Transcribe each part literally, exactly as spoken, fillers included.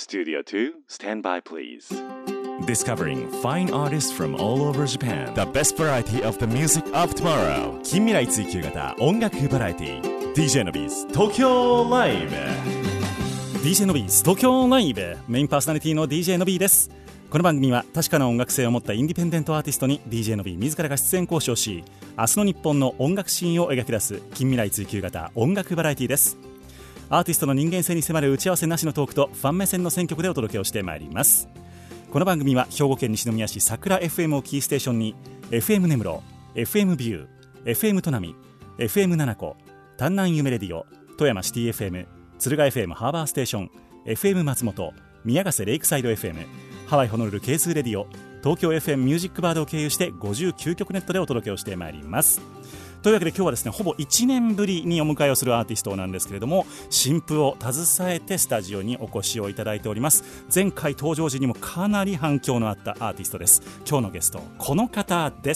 Studio two, stand by please. Discovering fine artists from all over Japan. The best variety of the music of tomorrow. 近未来追求型音楽バラエティ ディージェー のビーズ東京ライブ ディージェー のビーズ東京ライブメインパーソナリティの ディージェー のビーです。この番組は確かな音楽性を持ったインディペンデントアーティストに ディージェー のビー自らが出演交渉し、明日の日本の音楽シーンを描き出す近未来追求型音楽バラエティです。アーティストの人間性に迫る打ち合わせなしのトークとファン目線の選曲でお届けをしてまいります。この番組は兵庫県西宮市桜 エフエム をキーステーションに エフエム 根室、エフエム ビュー、エフエム 砺波、エフエム 七子、丹南夢レディオ、富山シティ エフエム、敦賀 エフエム ハーバーステーション、エフエム 松本、宮ヶ瀬レイクサイド エフエム、ハワイホノルル ケーツー レディオ、東京 エフエム ミュージックバードを経由してごじゅうきゅうきょくネットでお届けをしてまいります。というわけで今日はですね、ほぼいちねんぶりにお迎えをするアーティストなんですけれども、新譜を携えてスタジオにお越しをいただいております。前回登場時にもかなり反響のあったアーティストです。今日のゲストこの方です。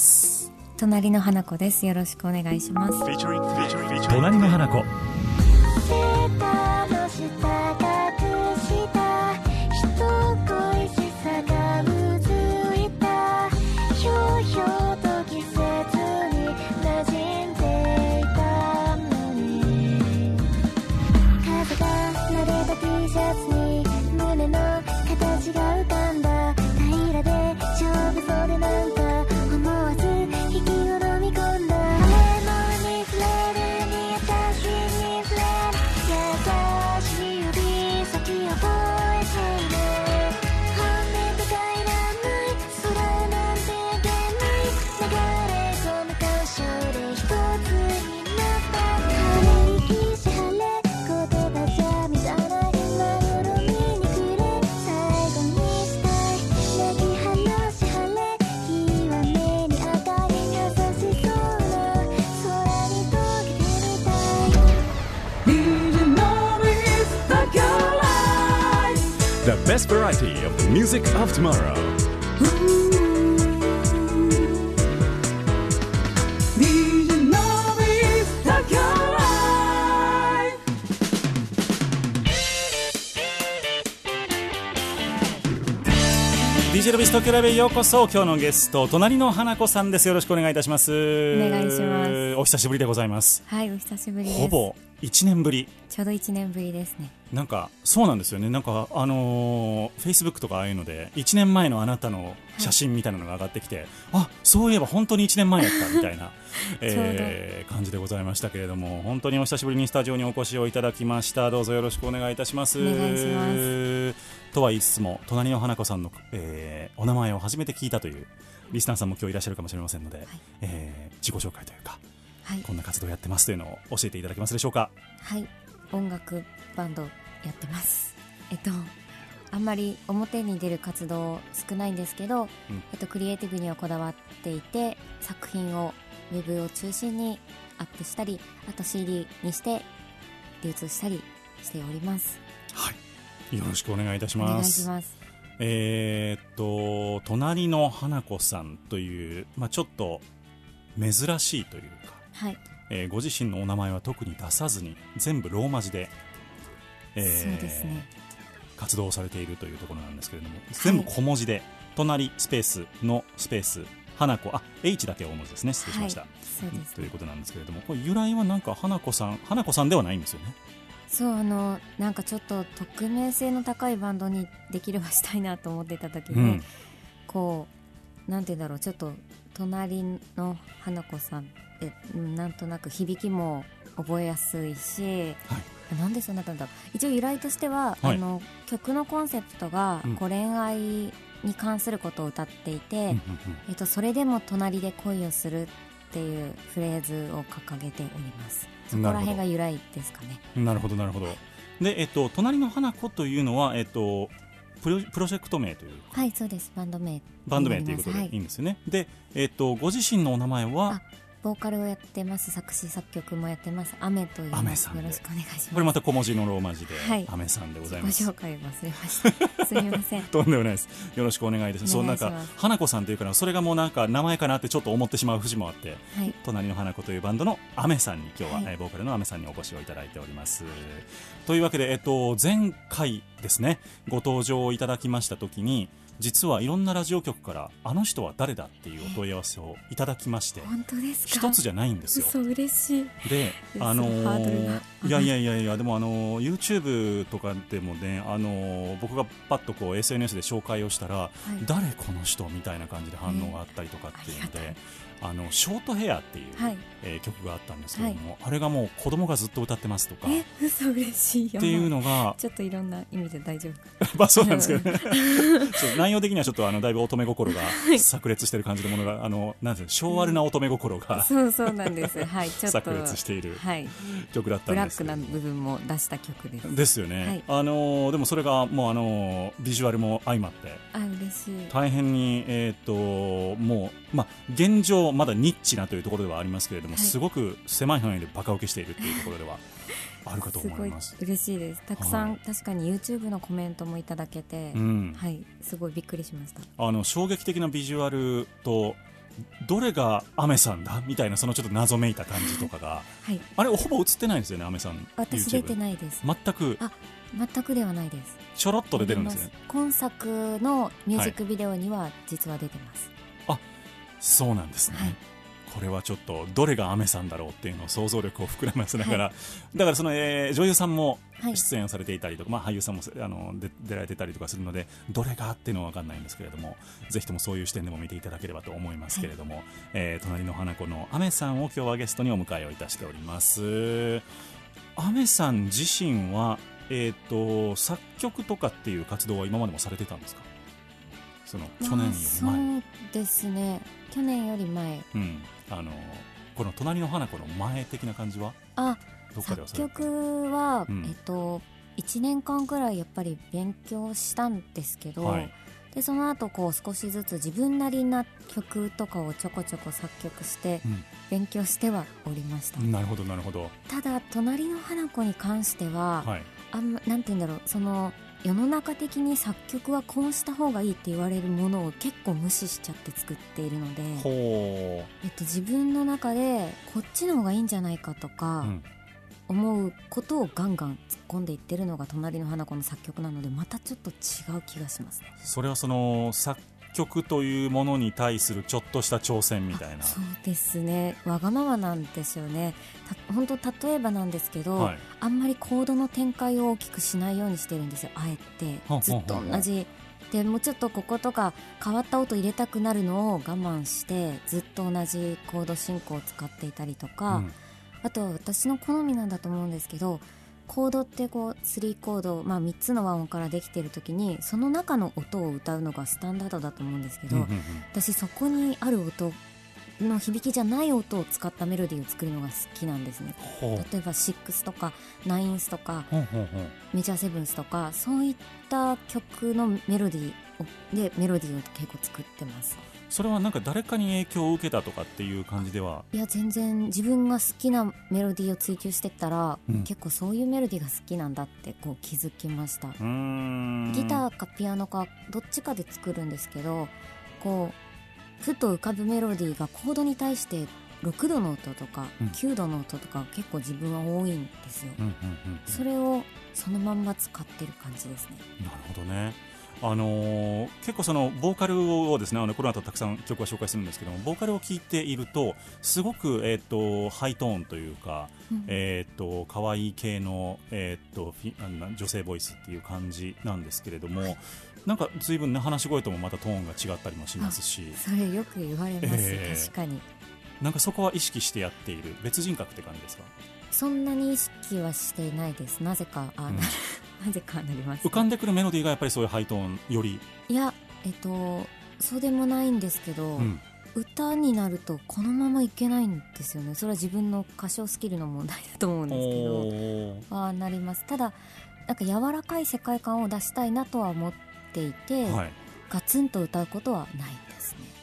隣の花子です。よろしくお願いします。 隣の花子。The best variety of the music of tomorrow.ディージェー のビーズ東京ライブ。ディージェー のビーズ東京ライブへようこそ。今日のゲスト隣の花子さんです。よろしくお願いいたします。 お願いします。 お久しぶりでございます。 はい、お久しぶりです。 ほぼいちねんぶり。 ちょうどいちねんぶりですね。 なんかそうなんですよね。なんかあのー、Facebook とかああいうのでいちねんまえのあなたの写真みたいなのが上がってきて、はい、あ、そういえば本当にいちねんまえやったみたいな、えー、感じでございましたけれども、本当にお久しぶりにスタジオにお越しをいただきました。どうぞよろしくお願いいたします。 お願いします。 とは言いつつも隣の花子さんの、えー、お名前を初めて聞いたというリスナーさんも今日いらっしゃるかもしれませんので、はい、えー、自己紹介というか、はい、こんな活動をやってますというのを教えていただけますでしょうか。 はい、音楽バンドやってます。えっとあんまり表に出る活動少ないんですけど、うん、えっと、クリエイティブにはこだわっていて、作品をウェブを中心にアップしたり、あと シーディー にして流通したりしております。 はい、よろしくお願いいたします。お願いします。えー、っと隣の花子さんという、まあ、ちょっと珍しいというか、はい、えー、ご自身のお名前は特に出さずに全部ローマ字で、えー、そうですね、活動をされているというところなんですけれども、全部小文字で、はい、隣スペースのスペース花子、あ H だけ大文字ですね、失礼しました、はい、そうですね、ということなんですけれども、これ由来はなんか花子さん花子さんではないんですよね。 そう、あのなんかちょっと匿名性の高いバンドにできればしたいなと思ってた時に、うん、こうなんていうんだろう、ちょっと隣の花子さんってなんとなく響きも覚えやすいし、はい、なんでそうなったんだろう。一応由来としては、はい、あの曲のコンセプトが、うん、こう恋愛に関することを歌っていて、うんうんうん、えっと、それでも隣で恋をするっていうフレーズを掲げております。そこら辺が由来ですかね。 なるほどなるほど。で、えっと、隣の花子というのは、えっと、プロ、プロジェクト名というか、 はい、そうです、バンド名バンド名ということでいいんですよね、はい、で、えっと、ご自身のお名前はボーカルをやってます、作詞作曲もやってますアメという、 アメさんでよろしくお願いします。 これまた小文字のローマ字で、 はい、 アメさんでございます。 ご紹介忘れましたすみませんとんでもないです。よろしくお願いです。そうなんか花子さんというからそれがもうなんか名前かなってちょっと思ってしまう節もあって、はい、隣の花子というバンドのアメさんに今日は、はい、ボーカルのアメさんにお越しをいただいております。というわけで、えっと、前回ですねご登場いただきました時に実はいろんなラジオ局からあの人は誰だっていうお問い合わせをいただきまして、 本当ですか？ 一つじゃないんですよ。 そう嬉しい。で、 あのー、いやいやいやいやでもあのー、YouTube とかでもね、あのー、僕がパッとこう エスエヌエス で紹介をしたら、はい、誰この人みたいな感じで反応があったりとかっていうので、あのショートヘアっていう、はい、えー、曲があったんですけども、はい、あれがもう子供がずっと歌ってますとか、 え嘘嬉しいよっていうのがちょっといろんな意味で大丈夫まあそうなんですけどね内容的にはちょっとあのだいぶ乙女心が炸裂してる感じのものが、あのなんていうの、昭和な乙女心が、うん、 そうそうなんです、はい、ちょっと炸裂している曲だったんですけど、 ブラックな部分も出した曲ですですよね、はい、あのでもそれがもうあのビジュアルも相まってあ嬉しい、 大変に、えー、ともう、まあ、現状まだニッチなというところではありますけれども、はい、すごく狭い範囲でバカ受けしているというところではあるかと思います。 すごい嬉しいです。たくさん、はい、確かに YouTube のコメントもいただけて、うん、はい、すごいびっくりしました。 あの衝撃的なビジュアルとどれがアメさんだみたいなそのちょっと謎めいた感じとかが、はい、あれほぼ映ってないんですよね、アメさん。 私 YouTube 出てないです。 全くあ全くではないです。 ちょろっとで出るんですね。 今作のミュージックビデオには実は出てます、 はい、あそうなんですね、はい、これはちょっとどれがアメさんだろうっていうのを想像力を膨らませながら、はい、だからその、えー、女優さんも出演されていたりとか、はい、まあ、俳優さんもあの出出られてたりとかするのでどれがっていうのは分かんないんですけれども、ぜひともそういう視点でも見ていただければと思いますけれども、はい、えー、隣の花子のアメさんを今日はゲストにお迎えをいたしております。アメさん自身は、えー、と作曲とかっていう活動は今までもされてたんですか？その去年より前。 そうですね、去年より前、 うん、あのこの隣の花子の前的な感じはあどっかではされてた？作曲は、うん、えっと、いちねんかんぐらいやっぱり勉強したんですけど、はい、でその後こう少しずつ自分なりな曲とかをちょこちょこ作曲して勉強してはおりました、 うん、なるほどなるほど。 ただ隣の花子に関しては、はい、あんまなんて言うんだろう、その世の中的に作曲はこうした方がいいって言われるものを結構無視しちゃって作っているので、えっと、自分の中でこっちの方がいいんじゃないかとか思うことをガンガン突っ込んでいってるのが隣の花子の作曲なので、またちょっと違う気がしますね。 それはその作曲というものに対するちょっとした挑戦みたいな。 そうですね、わがままなんですよね。本当例えばなんですけど、はい、あんまりコードの展開を大きくしないようにしてるんですよ、あえて。ずっと同じで、もうちょっとこことか変わった音入れたくなるのを我慢してずっと同じコード進行を使っていたりとか、うん、あとは私の好みなんだと思うんですけど、コードってこうスリーコード、まあ、みっつの和音からできている時にその中の音を歌うのがスタンダードだと思うんですけど、うんうんうん、私そこにある音の響きじゃない音を使ったメロディーを作るのが好きなんですね。例えばシックスとかナインスとかほうほうほうメジャーセブンスとかそういった曲のメロディーでメロディーを結構作ってます。 それはなんか誰かに影響を受けたとかっていう感じでは？ いや全然自分が好きなメロディーを追求してったら、うん、結構そういうメロディーが好きなんだってこう気づきました。うーんギターかピアノかどっちかで作るんですけど、こうふと浮かぶメロディーがコードに対してろくどの音とかきゅうどの音とか結構自分は多いんですよ、うんうんうんうん、それをそのまんま使ってる感じですね。 なるほどね。あのー、結構そのボーカルをですね、あのこの後たくさん曲は紹介するんですけども、ボーカルを聴いているとすごく、えー、とハイトーンというか、うん、えー、と可愛い系の、えー、とフィあの女性ボイスっていう感じなんですけれども、はい、なんか随分ね話し声ともまたトーンが違ったりもしますし、 それよく言われます、えー、確かに。 なんかそこは意識してやっている別人格って感じですか？ そんなに意識はしていないです。なぜかあ、うん、なぜかなります、 ね、浮かんでくるメロディーがやっぱりそういうハイトーンより。 いや、えっとそうでもないんですけど、うん、歌になるとこのままいけないんですよね。それは自分の歌唱スキルの問題だと思うんですけど、あなります。ただなんか柔らかい世界観を出したいなとは思っていて、はい、ガツンと歌うことはないですね。 あ、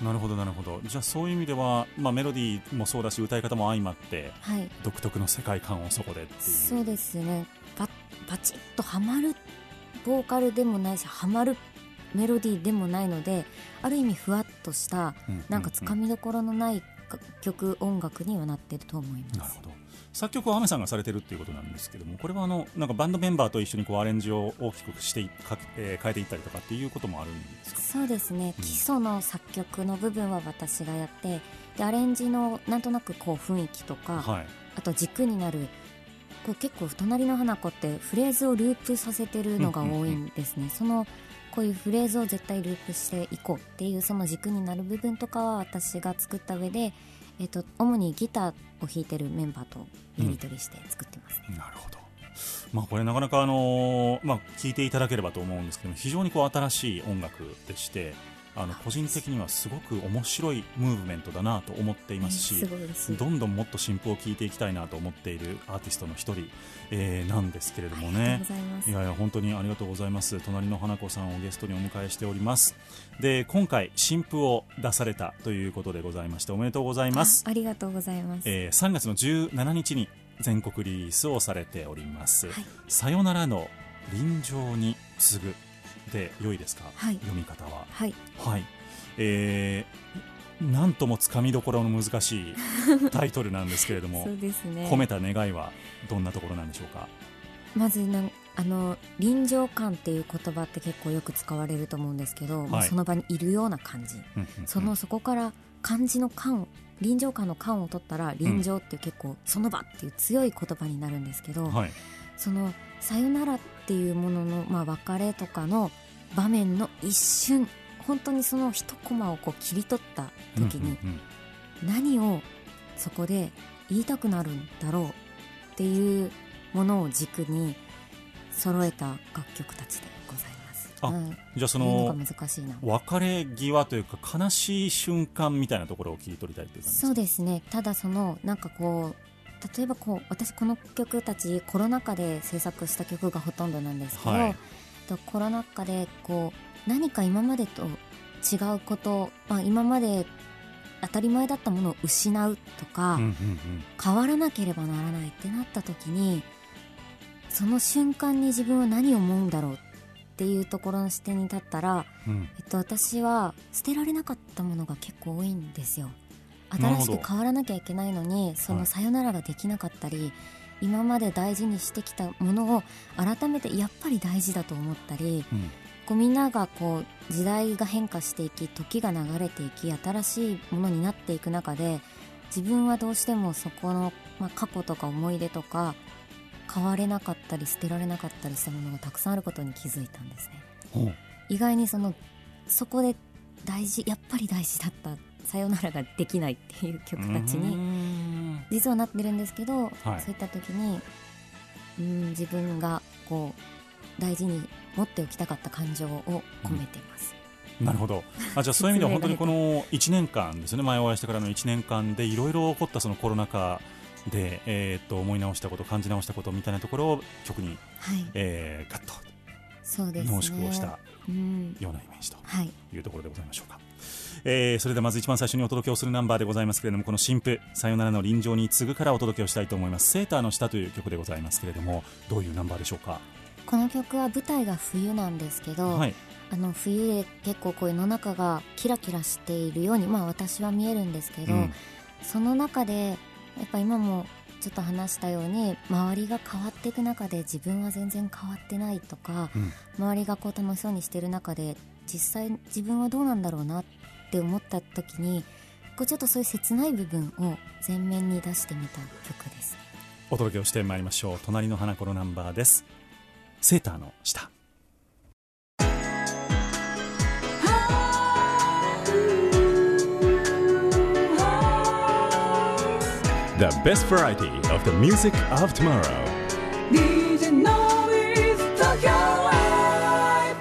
なるほどなるほど。じゃあそういう意味では、まあ、メロディーもそうだし歌い方も相まって、はい、独特の世界観をそこでっていう。 そうですね。ババチッとハマるボーカルでもないしハマるメロディーでもないので、ある意味ふわっとした、うんうんうん、なんかつかみどころのない曲音楽にはなっていると思います。 なるほど。作曲はアメさんがされてるっていうことなんですけども、これはあのなんかバンドメンバーと一緒にこうアレンジを大きくしてか、えー、変えていったりとかっていうこともあるんですか？ そうですね、うん、基礎の作曲の部分は私がやって、でアレンジのなんとなくこう雰囲気とか、はい、あと軸になるこう結構隣の花子ってフレーズをループさせてるのが多いんですね、うんうんうん、そのこういうフレーズを絶対ループしていこうっていうその軸になる部分とかは私が作った上で、えーと、主にギターを弾いてるメンバーとやり取りして作ってますね、 うん、なるほど。まあ、これなかなか、あのーまあ、聴いていただければと思うんですけども、非常にこう新しい音楽でして、あの個人的にはすごく面白いムーブメントだなと思っていますし、すどんどんもっと新譜を聴いていきたいなと思っているアーティストの一人、えー、なんですけれどもね。いやいや本当にありがとうございます。隣の花子さんをゲストにお迎えしております。で今回新譜を出されたということでございまして、おめでとうございます。 あ, ありがとうございます、 えー、さんがつのじゅうしちにちに全国リリースをされております、はい、さよならの臨場に次ぐで良いですか、はい、読み方は。はい、はい、えー、なんともつかみどころの難しいタイトルなんですけれどもそうですね、 込めた願いはどんなところなんでしょうか？ まずなんあの臨場感っていう言葉って結構よく使われると思うんですけど、はい、もうその場にいるような感じ、うんうんうん、そのそこから漢字の感、臨場感の感を取ったら臨場っていう結構その場っていう強い言葉になるんですけど、はい、そのさよならっていうものの、まあ、別れとかの場面の一瞬、本当にその一コマをこう切り取った時に何をそこで言いたくなるんだろうっていうものを軸に揃えた楽曲たちでございます。 あ、うん、じゃあその別れ際というか悲しい瞬間みたいなところを切り取りたいという感じですか？ そうですね。ただそのなんかこう例えばこう私この曲たちコロナ禍で制作した曲がほとんどなんですけど、はい、とコロナ禍でこう何か今までと違うこと、まあ、今まで当たり前だったものを失うとか、うんうんうん、変わらなければならないってなった時にその瞬間に自分は何を思うんだろうっていうところの視点に立ったら、うんえっと、私は捨てられなかったものが結構多いんですよ。新しく変わらなきゃいけないのにそのさよならができなかったり、はい、今まで大事にしてきたものを改めてやっぱり大事だと思ったり、うん、こうみんながこう時代が変化していき時が流れていき新しいものになっていく中で自分はどうしてもそこの、まあ、過去とか思い出とか変われなかったり捨てられなかったりしたものがたくさんあることに気づいたんですね。意外にそのそこで大事やっぱり大事だったさよならができないっていう曲たちに実はなってるんですけど、はい、そういった時にうん自分がこう大事に持っておきたかった感情を込めています、 うん、なるほど。あじゃあそういう意味では本当にこのいちねんかんですよね。前お会いしてからのいちねんかんでいろいろ起こったそのコロナ禍で、えー、っと思い直したこと感じ直したことみたいなところを曲に、はいえー、ガッと濃縮をしたようなイメージというところでございましょうか、はいえー、それではまず一番最初にお届けをするナンバーでございますけれども、この新譜さよならの臨場に次ぐからお届けをしたいと思います。セーターの下という曲でございますけれども、どういうナンバーでしょうか？ この曲は舞台が冬なんですけど、はい、あの冬で結構こう世の中がキラキラしているように、まあ、私は見えるんですけど、うん、その中でやっぱ今もちょっと話したように周りが変わっていく中で自分は全然変わってないとか、うん、周りがこう楽しそうにしている中で実際自分はどうなんだろうなって思った時にこうちょっとそういう切ない部分を前面に出してみた曲です。 お届けをしてまいりましょう。隣の花子のナンバーです。セーターの下。 The best variety of the music of tomorrow. ディージェー Nobis Tokyo Live。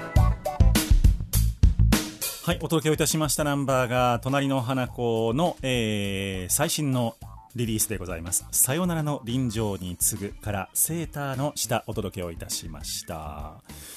はい、お届けをいたしましたナンバーが隣の花子の、えー、最新のリリースでございます。さよならの臨場に次ぐからセーターの下お届けをいたしました。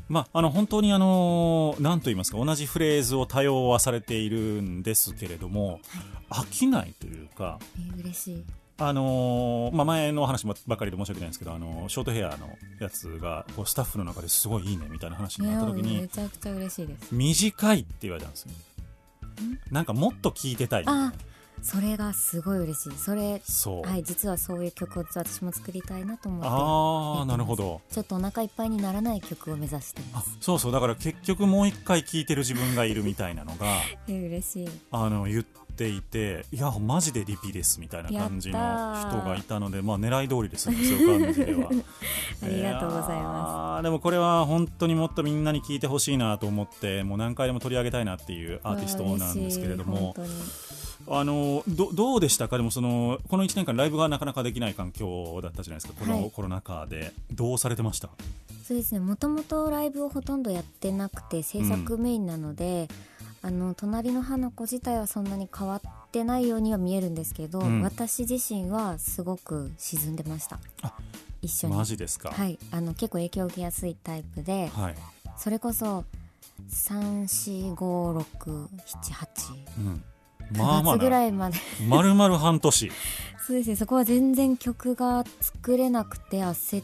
まあ、あの本当にあの何と言いますか、同じフレーズを多用はされているんですけれども、はい、飽きないというか、 えー、嬉しい。 あのーまあ、前の話ばかりで申し訳ないんですけど、あのー、ショートヘアのやつがこうスタッフの中ですごいいいねみたいな話になった時に、 めちゃくちゃ嬉しいです。 短いって言われたんですよ。なんかもっと聴いてたいみたいな。 あ、それがすごい嬉しい。それ、 そう、 はい、実はそういう曲を私も作りたいなと思って。 ああ、なるほど。 ちょっとお腹いっぱいにならない曲を目指してます。 あ、そうそう、だから結局もう一回聴いてる自分がいるみたいなのがえ嬉しい。 あの言っていて、いやマジでリピですみたいな感じの人がいたので、まあ、狙い通りですね、そういう感じではありがとうございます。 でもこれは本当にもっとみんなに聴いてほしいなと思って、もう何回でも取り上げたいなっていうアーティストなんですけれども、あの ど, どうでしたか。でもそのこのいちねんかんライブがなかなかできない環境だったじゃないですか、このコロナ禍で。どうされてました？ そうですね、もともとライブをほとんどやってなくて制作メインなので、うん、あの隣の花子自体はそんなに変わってないようには見えるんですけど、うん、私自身はすごく沈んでました。 あ、 一緒に。 マジですか？ はい、あの結構影響を受けやすいタイプで、はい、それこそさん、よん、ご、ろく、なな、はち、うんまあまあぐらいまで丸々半年そうですね、そこは全然曲が作れなくて焦って、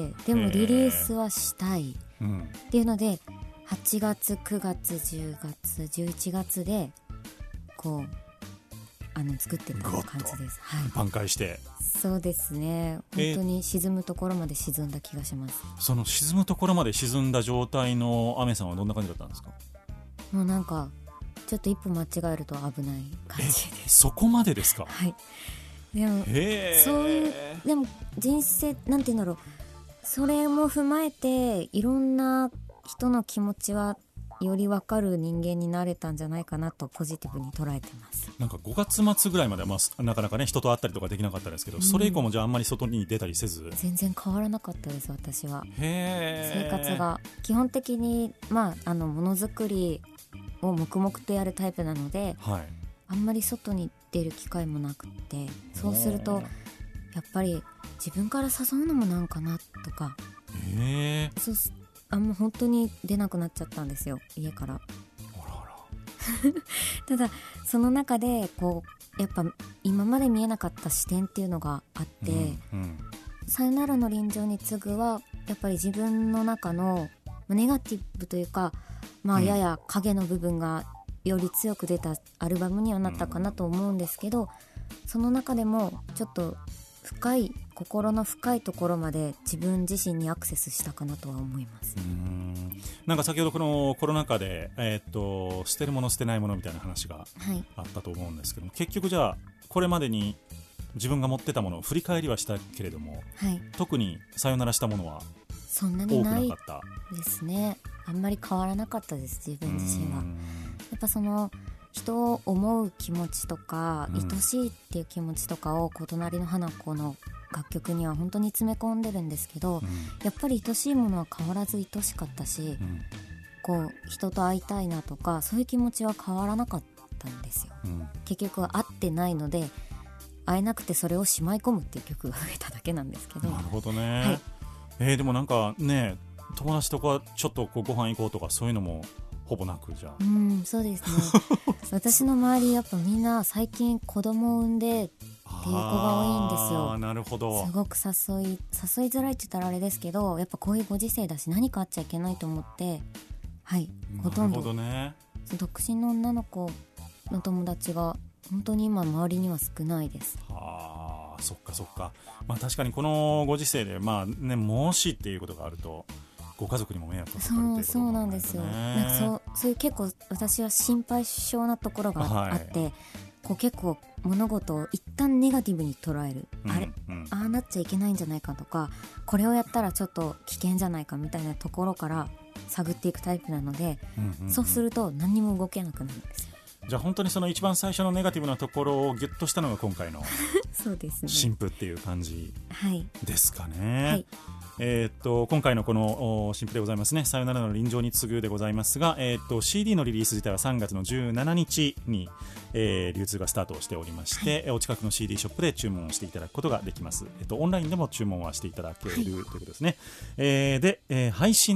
でもリリースはしたいっていうので、はちがつ、くがつ、じゅうがつ、じゅういちがつでこうあの作ってた感じです。はい、 挽回して。 そうですね、本当に沈むところまで沈んだ気がします。 その沈むところまで沈んだ状態のアメさんはどんな感じだったんですか？ もうなんかちょっと一歩間違えると危ない感じです。 そこまでですか？ はい。でもそういう、でも人生なんていうんだろう、それも踏まえていろんな人の気持ちはより分かる人間になれたんじゃないかなとポジティブに捉えてます。 なんかごがつ末ぐらいまでは、まあ、なかなかね人と会ったりとかできなかったですけど、うん、それ以降もじゃああんまり外に出たりせず。 全然変わらなかったです、私は。 へ生活が基本的に、まあ、あのものづくりを黙々とやるタイプなので、はい、あんまり外に出る機会もなくて、そうするとやっぱり自分から誘うのもなんかなとか、 へー、 そうあもう本当に出なくなっちゃったんですよ、家から。あらあらただその中でこうやっぱ今まで見えなかった視点っていうのがあって、うんうん、さよならの臨場に次ぐはやっぱり自分の中のネガティブというか、まあ、やや影の部分がより強く出たアルバムにはなったかなと思うんですけど、その中でもちょっと深い心の深いところまで自分自身にアクセスしたかなとは思います。 うーん、なんか先ほどこのコロナ禍で、えー、っと捨てるもの捨てないものみたいな話があったと思うんですけども、はい、結局じゃあこれまでに自分が持ってたものを振り返りはしたけれども、はい、特にさよならしたものはそんなにないですね。あんまり変わらなかったです、自分自身は。やっぱその人を思う気持ちとか、うん、愛しいっていう気持ちとかをこう隣の花子の楽曲には本当に詰め込んでるんですけど、うん、やっぱり愛しいものは変わらず愛しかったし、うん、こう人と会いたいなとかそういう気持ちは変わらなかったんですよ、うん、結局は会ってないので会えなくてそれをしまい込むっていう曲が増えただけなんですけど。 なるほどね、はい、えー、でもなんかね、友達とかちょっとこうご飯行こうとかそういうのもほぼなく、じゃあ。 うん、そうですね私の周りやっぱみんな最近子供を産んでっていう子が多いんですよ。 あ、なるほど。 すごく誘い誘いづらいって言ったらあれですけど、やっぱこういうご時世だし何かあっちゃいけないと思って、はい、ほとんど、 なるほどね、 独身の女の子の友達が本当に今周りには少ないです。 はあ、そっかそっか。まあ確かにこのご時世で、まあね、もしっていうことがあるとご家族にも迷惑がかかるっていうことそう、そうなんですよ。なんかそう、そういう結構私は心配性なところがあって、はい、こう結構物事を一旦ネガティブに捉える、うん、あれ、うん、ああなっちゃいけないんじゃないかとか、これをやったらちょっと危険じゃないかみたいなところから探っていくタイプなので、うんうんうん、そうすると何にも動けなくなるんですよ。 じゃあ本当にその一番最初のネガティブなところをギュッとしたのが今回のそうですね、 新譜っていう感じですかね。 はい、 えー、っと今回のこの新譜でございますね、さよならの臨場に次ぐでございますが、えー、っと シーディー のリリース自体はさんがつのじゅうしちにちに、えー、流通がスタートをしておりまして、はい、お近くの シーディー ショップで注文をしていただくことができます。えー、っとオンラインでも注文はしていただける、はい、ということですね。えー、で、えー、配信でも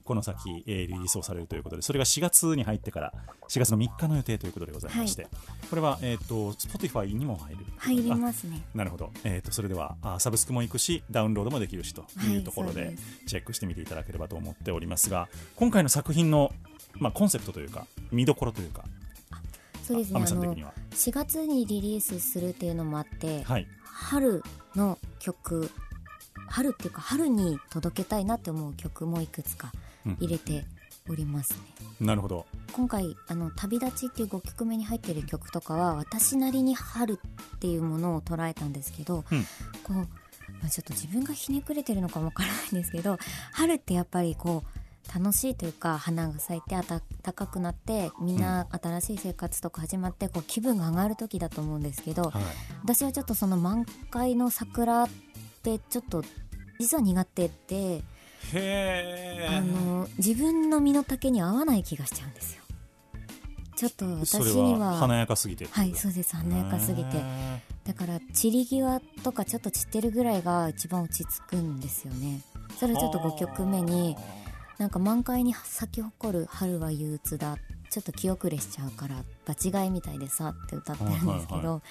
この先、えー、リリースをされるということで、それがしがつに入ってからしがつのみっかの予定ということでございまして、はい、これは、えー、と Spotify にも入る入りますね。 なるほど、えー、とそれではあサブスクも行くしダウンロードもできるしというところで、はい、チェックしてみていただければと思っておりますが、今回の作品の、まあ、コンセプトというか見どころというか。 そうですね、あのしがつにリリースするっていうのもあって、はい、春の曲、春っていうか春に届けたいなって思う曲もいくつか入れておりますね、 うん、なるほど。 今回あの旅立ちっていうごきょくめに入っている曲とかは私なりに春っていうものを捉えたんですけど、うん、こう、まあ、ちょっと自分がひねくれてるのかもわからないんですけど、春ってやっぱりこう楽しいというか、花が咲いて暖かくなってみんな新しい生活とか始まってこう気分が上がる時だと思うんですけど、はい、私はちょっとその満開の桜ってちょっと実は苦手で、 へあの自分の身の丈に合わない気がしちゃうんですよ。ちょっと私には華やかすぎて。 はい、そうです、華やかすぎて。だから散り際とかちょっと散ってるぐらいが一番落ち着くんですよね。それをちょっとごきょくめになんか満開に咲き誇る春は憂鬱だ、ちょっと気遅れしちゃうから場違いみたいでさって歌ってるんですけど、はいはい、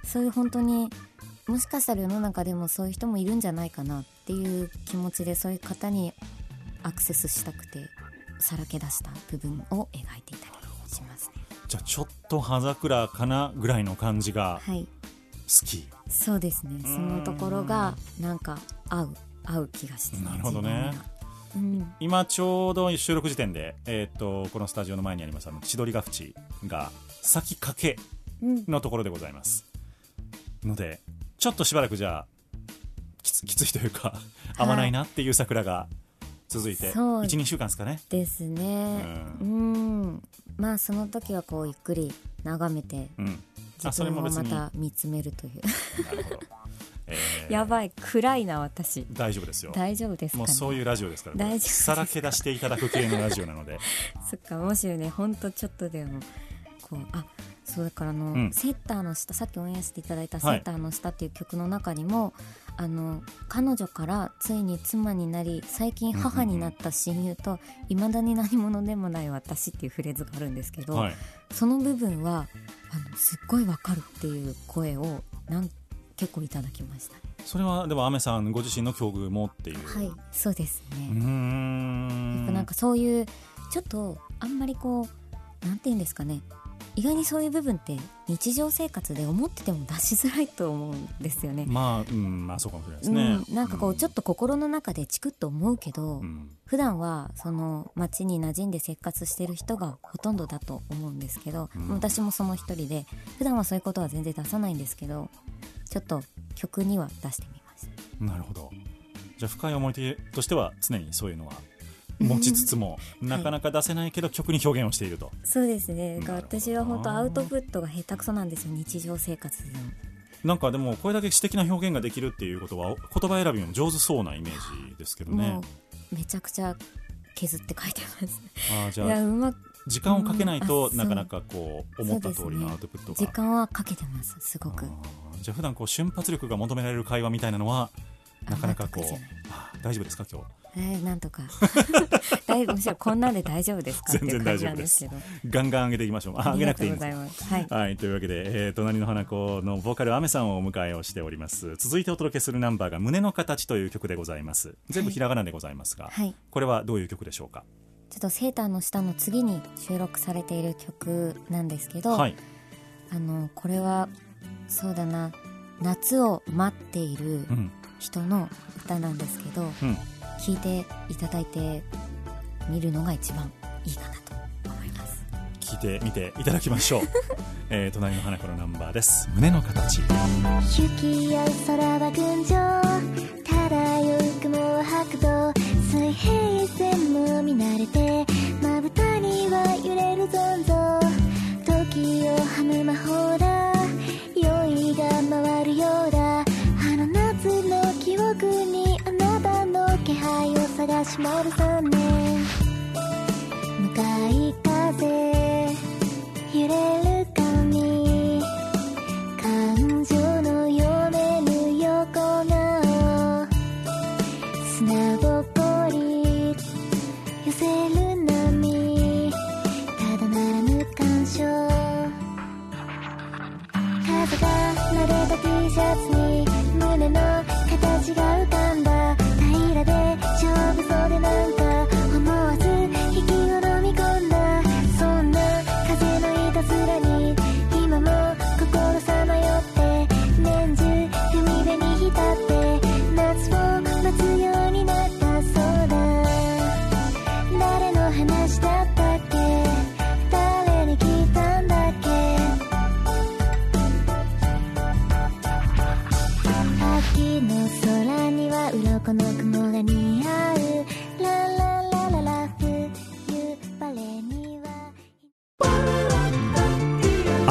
そういう本当にもしかしたら世の中でもそういう人もいるんじゃないかなっていう気持ちで、そういう方にアクセスしたくてさらけ出した部分を描いていたりしますね。 じゃあちょっと葉桜かなぐらいの感じが好き、 はい、そうですね。そのところがなんか合う合う気がして、 なるほどね。うん、今ちょうど収録時点で、えー、とこのスタジオの前にありますあの千鳥ヶ淵が咲きかけのところでございます、うん、のでちょっとしばらくじゃあき つ, きついというか合わないなっていう桜が続いて、はい、いち、にしゅうかんですかね。 ですね、うん、うんまあその時はこうゆっくり眺めて、うん、自分をまた見つめるというなるほどえー、やばい暗いな私。 大丈夫ですよ。 大丈夫ですか、ね、 もうそういうラジオですから、ね、 大丈夫ですさらけ出していただく系のラジオなのでそっか、もしねほんとちょっとでもこうあそうだからの、うん、セッターの下、さっきオンエアしていただいたセッターの下っていう曲の中にも、はい、あの彼女からついに妻になり最近母になった親友といまだに何者でもない私っていうフレーズがあるんですけど、はい、その部分はあのすっごいわかるっていう声をなん結構いただきましたね。 それはでもアメさんご自身の境遇もっていう。 はい、そうですね。 うーん、 やっぱなんかそういうちょっとあんまりこうなんていうんですかね、意外にそういう部分って日常生活で思ってても出しづらいと思うんですよね。 まあ、うん、まあそうかもしれないですね、 うん、なんかこうちょっと心の中でチクッと思うけど、うん、普段はその街に馴染んで生活してる人がほとんどだと思うんですけど、うん、私もその一人で普段はそういうことは全然出さないんですけど、ちょっと曲には出してみました。 なるほど。じゃあ深い思い出としては常にそういうのは持ちつつもなかなか出せないけど曲に表現をしていると。 そうですね。私は本当アウトプットが下手くそなんですよ、日常生活でも。 なんかでもこれだけ詩的な表現ができるっていうことは言葉選びも上手そうなイメージですけどね。 もうめちゃくちゃ削って書いてます。 あ、じゃあいやうま時間をかけないとなかなかこう思った通りのアウトプットが、 ね、時間はかけてます、すごく。 じゃあ普段こう瞬発力が求められる会話みたいなのはなかなかこうあ大丈夫ですか今日。 えー、なんとか大むしろこんなんで大丈夫ですかっていう感じなんですけど、 ガンガン上げていきましょう。あ、上げなくていいんです。 ありがとうございます、はいはい、というわけで、えー、隣の花子のボーカルアメさんをお迎えをしております。続いてお届けするナンバーが胸の形という曲でございます。全部ひらがなでございますが、はい、これはどういう曲でしょうか。 ちょっとセーターの下の次に収録されている曲なんですけど、はい、あのこれはそうだな、夏を待っている人の歌なんですけど、うん聞いていただいてみるのが一番いいかなと思います。 聞いてみていただきましょう、えー、隣の花子のナンバーです。胸の形。 行き合う空は群青、漂う雲は白土、水平線も見慣れてまぶたには揺れる残像、時をはむ魔法だ、酔いが回るようだ、あの夏の記憶にあなたの気配を探し回るさんねん、向かい風揺れる髪、感情の読めぬ横顔、砂ぼこり寄せ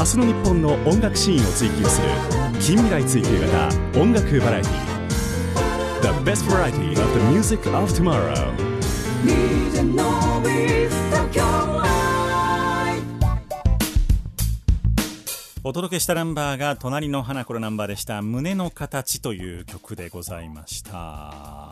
明日の日本の音楽シーンを追求する近未来追求型音楽バラエティ The best variety of the music of tomorrow ディージェー のビーズ東京ライブお届けしたナンバーが隣の花子のナンバーでした。胸の形という曲でございました、はい、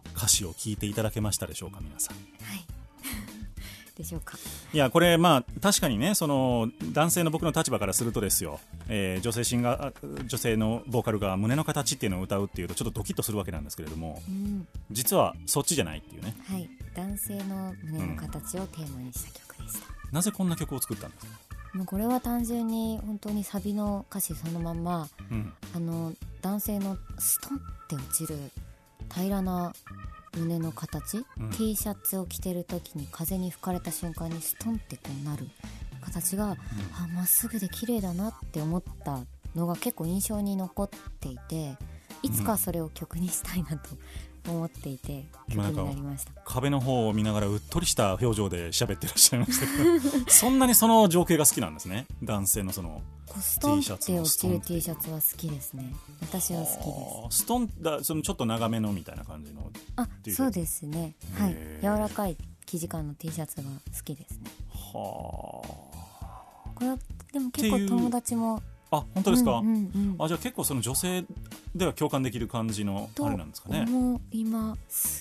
歌詞を聞いていただけましたでしょうか皆さん。 はいでしょうか。 いやこれまあ確かにね、その男性の僕の立場からするとですよ、えー、女性シンガー女性のボーカルが胸の形っていうのを歌うっていうとちょっとドキッとするわけなんですけれども、うん、実はそっちじゃないっていうね。 はい、男性の胸の形をテーマにした曲でした、 うん、なぜこんな曲を作ったんですか。 もうこれは単純に本当にサビの歌詞そのまんま、うん、あの男性のストンって落ちる平らな胸の形、うん、T シャツを着てる時に風に吹かれた瞬間にストンってこうなる形が、うん、あまっすぐで綺麗だなって思ったのが結構印象に残っていて、いつかそれを曲にしたいなと思っていて、うん、曲になりました。 壁の方を見ながらうっとりした表情で喋ってらっしゃいましたけどそんなにその情景が好きなんですね。男性のそのストンって落ちる T シャツは好きですね。私は好きです。 ストンだ、そのちょっと長めのみたいな感じの。 あ、そうですね。はい。柔らかい生地感の T シャツが好きですね。はあ。これはでも結構友達も。 あ、本当ですか、うんうんうん、あ、じゃあ結構その女性では共感できる感じのあれなんですかね。 と思います、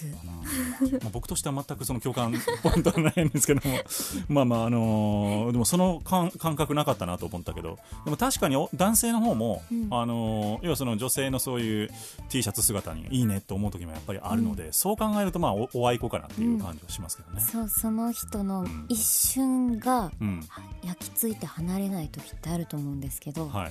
うんまあ、僕としては全くその共感ポイントはないんですけどもまあまああのー、でもその感覚なかったなと思ったけど、でも確かに男性の方も、うん、あのー、要はその女性のそういう T シャツ姿にいいねと思う時もやっぱりあるので、うん、そう考えるとまあ お, お愛子かなっていう感じはしますけどね、 うん、そうその人の一瞬が焼き付いて離れない時ってあると思うんですけど、はい、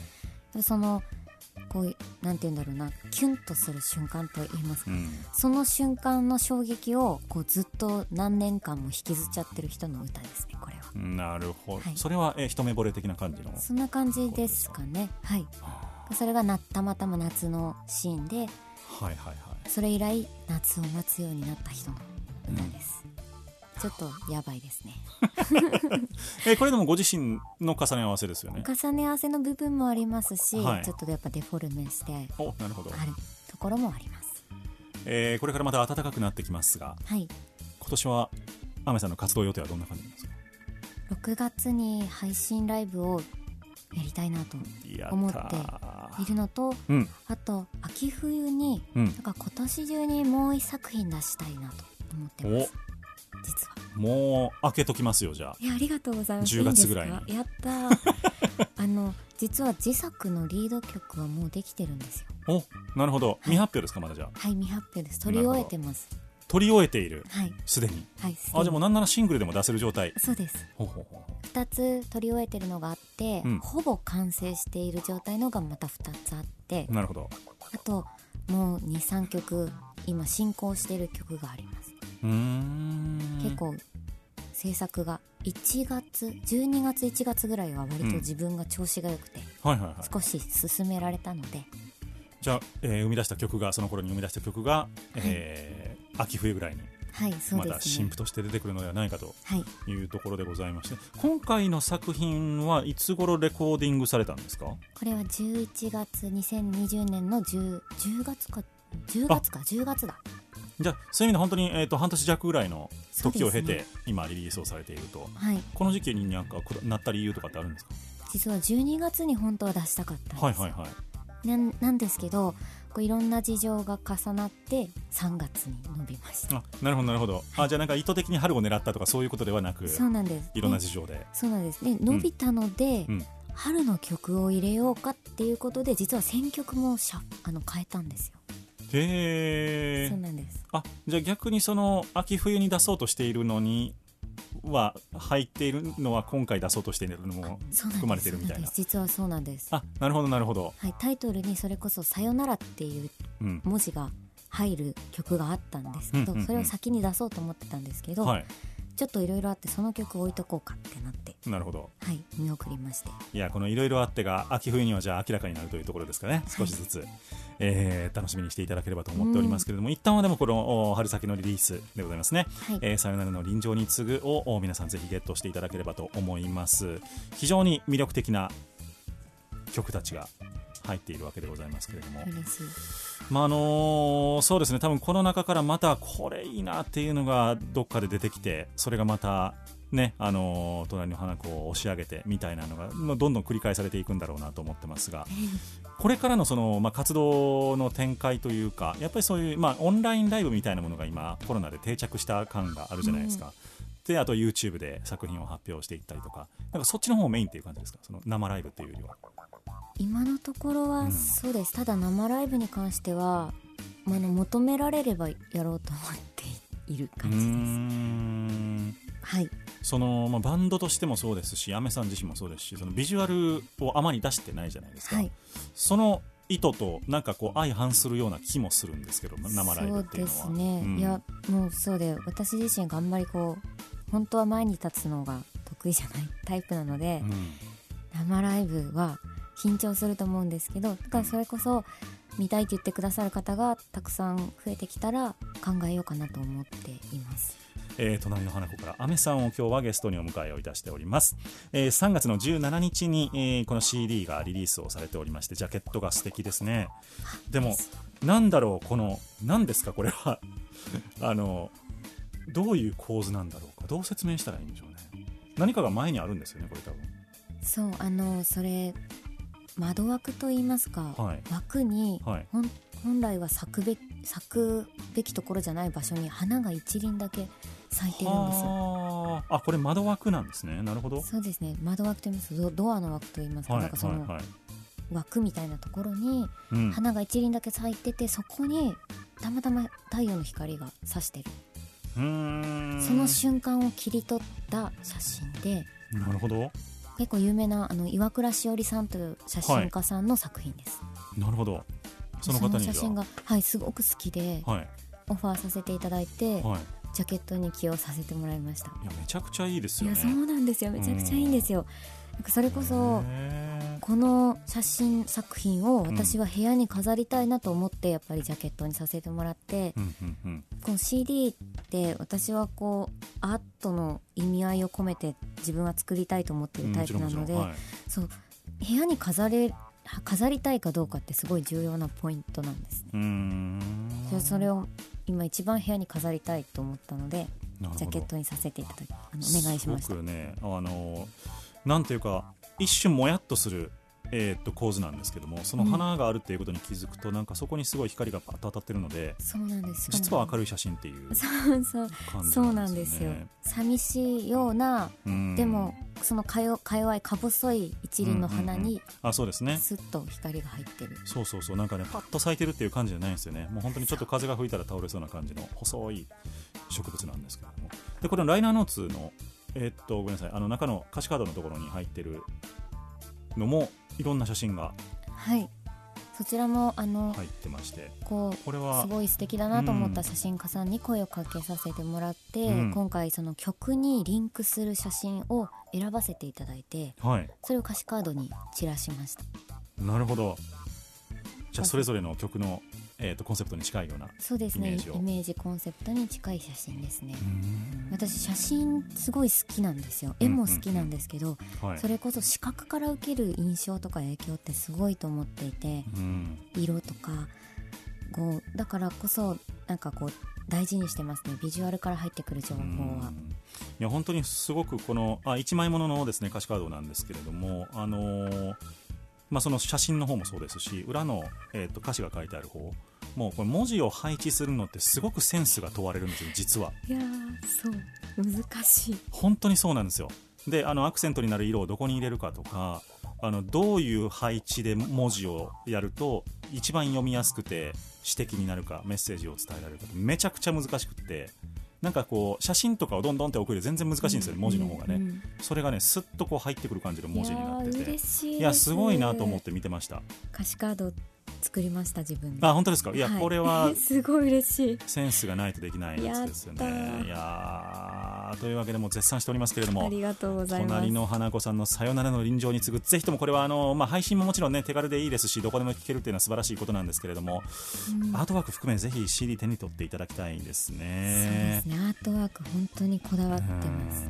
そのこうなんて言うんだろうな、キュンとする瞬間と言いますか、うん、その瞬間の衝撃をこうずっと何年間も引きずっちゃってる人の歌ですね、これは。 なるほど、はい、それはえ一目惚れ的な感じの。 そんな感じですかね。はい。それがなたまたま夏のシーンで、はいはいはい、それ以来夏を待つようになった人の歌です、うん、ちょっとやばいですねえこれでもご自身の重ね合わせですよね。 重ね合わせの部分もありますし、はい、ちょっとやっぱデフォルメしておなるほどあるところもあります、 えー、これからまた暖かくなってきますが、はい、今年はアメさんの活動予定はどんな感じですか。 ろくがつに配信ライブをやりたいなと思っているのと、うん、あと秋冬に、うん、なんか今年中にもう一作品出したいなと思ってます。実はもう開けときますよ。じゃあいやありがとうございます。 じゅうがつぐらいにやったあの実は自作のリード曲はもうできてるんですよ。 おなるほど、はい、未発表ですか。まだじゃあはい未発表です。取り終えてます。 取り終えているすで、 はい、 に、 はい、 あじゃあもうなんならシングルでも出せる状態。 そうです。ほうほうほうふたつ取り終えてるのがあって、うん、ほぼ完成している状態のがまたふたつあって、 なるほど。 あともう にさんきょく今進行している曲があります。うーん結構制作がいちがつじゅうにがついちがつぐらいは割と自分が調子が良くて、うんはいはいはい、少し進められたので、 じゃあ、えー、生み出した曲がその頃に生み出した曲が、はいえー、秋冬ぐらいにはいそうですね、 また新譜として出てくるのではないかというところでございまして、はい、今回の作品はいつ頃レコーディングされたんですか。 これはじゅういちがつにせんにじゅうねんの 10, 10月かじゅうがつかじゅうがつだ。 じゃあそういう意味で本当に、えー、と半年弱ぐらいの時を経て、ね、今リリースをされていると、はい、この時期になんかなった理由とかってあるんですか。 実はじゅうにがつに本当は出したかったんです、はいはいはい、な, なんですけどこういろんな事情が重なってさんがつに伸びました。 あなるほどなるほど、はい、あじゃあなんか意図的に春を狙ったとかそういうことではなく、 そうなんです、 いろんな事情で、 そうなんですね。伸びたので、うんうん、春の曲を入れようかっていうことで実は選曲もしゃあの変えたんですよ。 へーそうなんです。 あじゃあ逆にその秋冬に出そうとしているのには入っているのは今回出そうとしているのも含まれているみたいな。 実はそうなんです。 あなるほどなるほど、 はい、タイトルにそれこそさよならっていう文字が入る曲があったんですけど、うんうんうんうん、それを先に出そうと思ってたんですけど、はい、ちょっといろいろあってその曲を置いとこうかってなって、 なるほど、 はい、見送りまして、 いやこのいろいろあってが秋冬にはじゃあ明らかになるというところですかね。少しずつ、はいえー、楽しみにしていただければと思っておりますけれども、うん、一旦はでもこの春先のリリースでございますね、はいえー、さよならの臨場に次ぐを皆さんぜひゲットしていただければと思います。非常に魅力的な曲たちが入っているわけでございますけれども、 嬉しい。 まああのー、そうですね、多分この中からまたこれいいなっていうのがどっかで出てきて、それがまたね、あのー、隣の花子を押し上げてみたいなのがどんどん繰り返されていくんだろうなと思ってますが、これからのその、まあ、活動の展開というか、やっぱりそういう、まあ、オンラインライブみたいなものが今コロナで定着した感があるじゃないですか、うん、であと YouTube で作品を発表していったりとか、なんかそっちの方メインっていう感じですか、その生ライブっていうよりは。 今のところはそうです、うん、ただ生ライブに関しては、まあ、の求められればやろうと思っている感じです。うーん、はい、 そのまあ、バンドとしてもそうですし、アメさん自身もそうですし、そのビジュアルをあまり出してないじゃないですか、はい、その意図となんかこう相反するような気もするんですけど、生ライブっていうのは。 そうですね、うん、いやもうそうで、私自身があんまりこう本当は前に立つのが得意じゃないタイプなので、うん、生ライブは緊張すると思うんですけど、だからそれこそ見たいって言ってくださる方がたくさん増えてきたら考えようかなと思っています。 えー、隣の花子からアメさんを今日はゲストにお迎えをいたしております。えー、さんがつのじゅうしちにちに、えー、この シーディー がリリースをされておりまして、ジャケットが素敵ですね。でもなんだろう、この何ですかこれはあのどういう構図なんだろうか、どう説明したらいいんでしょうね。何かが前にあるんですよね、これ多分。 そう、あのそれ窓枠といいますか、はい、枠に、はい、本来は咲くべ、咲くべきところじゃない場所に花が一輪だけ咲いてるんですよ。 あ、これ窓枠なんですね。なるほど。 そうですね、窓枠と言います。 ド, ドアの枠と言いますか、はい、なんかその、はいはい、枠みたいなところに花が一輪だけ咲いてて、うん、そこにたまたま太陽の光が差してる、うーん、その瞬間を切り取った写真で。 なるほど。 結構有名なあの岩倉しおりさんという写真家さんの作品です、はい、なるほど。その方にその写真が、はい、すごく好きで、はい、オファーさせていただいて、はい、ジャケットに起用させてもらいました。いや、めちゃくちゃいいですよね。 いや、そうなんですよ、めちゃくちゃいいんですよ。なんかそれこそこの写真作品を私は部屋に飾りたいなと思ってやっぱりジャケットにさせてもらって、うんうんうん、この シーディー って私はこうアートの意味合いを込めて自分は作りたいと思っているタイプなので、はい、そう部屋に飾れ飾りたいかどうかってすごい重要なポイントなんですね。うーん、じゃあそれを今一番部屋に飾りたいと思ったのでジャケットにさせていただきあのお願いしました。 すごくね、あのなんていうか一瞬もやっとする、えー、っと構図なんですけども、その花があるっていうことに気づくと、うん、なんかそこにすごい光がパッと当たってるので、 そうなんですよ、 実は明るい写真っていう感じなんですよね。そうそうなんですよ。寂しいような、うん、でもそのかよか弱いか細い一輪の花に、うんうんうん、あ、そうですね、スッと光が入ってる。 そうそうそう、なんかねパッと咲いてるっていう感じじゃないんですよね。もう本当にちょっと風が吹いたら倒れそうな感じの細い植物なんですけども、でこれのライナーノーツのえー、っとごめんなさい、あの中の歌詞カードのところに入ってるのもいろんな写真が、 はい、そちらもあの入ってまして、 こうこれはすごい素敵だなと思った写真家さんに声をかけさせてもらって、うん、今回その曲にリンクする写真を選ばせていただいて、はい、それを歌詞カードに散らしました。 なるほど。じゃあそれぞれの曲のえー、とコンセプトに近いようなイメージを。 そうですね、イメージコンセプトに近い写真ですね。私写真すごい好きなんですよ。絵も好きなんですけど、うんうんうん、はい、それこそ視覚から受ける印象とか影響ってすごいと思っていて、うん、色とかこうだからこそなんかこう大事にしてますね、ビジュアルから入ってくる情報は。うん、 いや本当にすごくこのあいちまいもののですね歌詞カードなんですけれども、あのーまあ、その写真の方もそうですし、裏の、えー、と歌詞が書いてある方もうこれ文字を配置するのってすごくセンスが問われるんですよ、実は。 いやそう難しい、 本当にそうなんですよ。であのアクセントになる色をどこに入れるかとか、あのどういう配置で文字をやると一番読みやすくて詩的になるか、メッセージを伝えられるかってめちゃくちゃ難しくって、なんかこう写真とかをどんどんって送るより全然難しいんですよ、うん、文字の方がね、うんうん、それがねスッとこう入ってくる感じの文字になってて、いや嬉しいです。いやすごいなと思って見てました。 歌詞カード作りました自分で。 あ、本当ですか。いや、はい、これはすごい嬉しい、 センスがないとできないやつですよね。いやというわけでも絶賛しておりますけれども、 ありがとうございます。 隣の花子さんのさよならの臨場に次ぐ、ぜひともこれはあの、まあ、配信ももちろんね手軽でいいですし、どこでも聴けるっていうのは素晴らしいことなんですけれども、うん、アートワーク含めぜひ シーディー 手に取っていただきたいですね。 そうですね、アートワーク本当にこだわってます。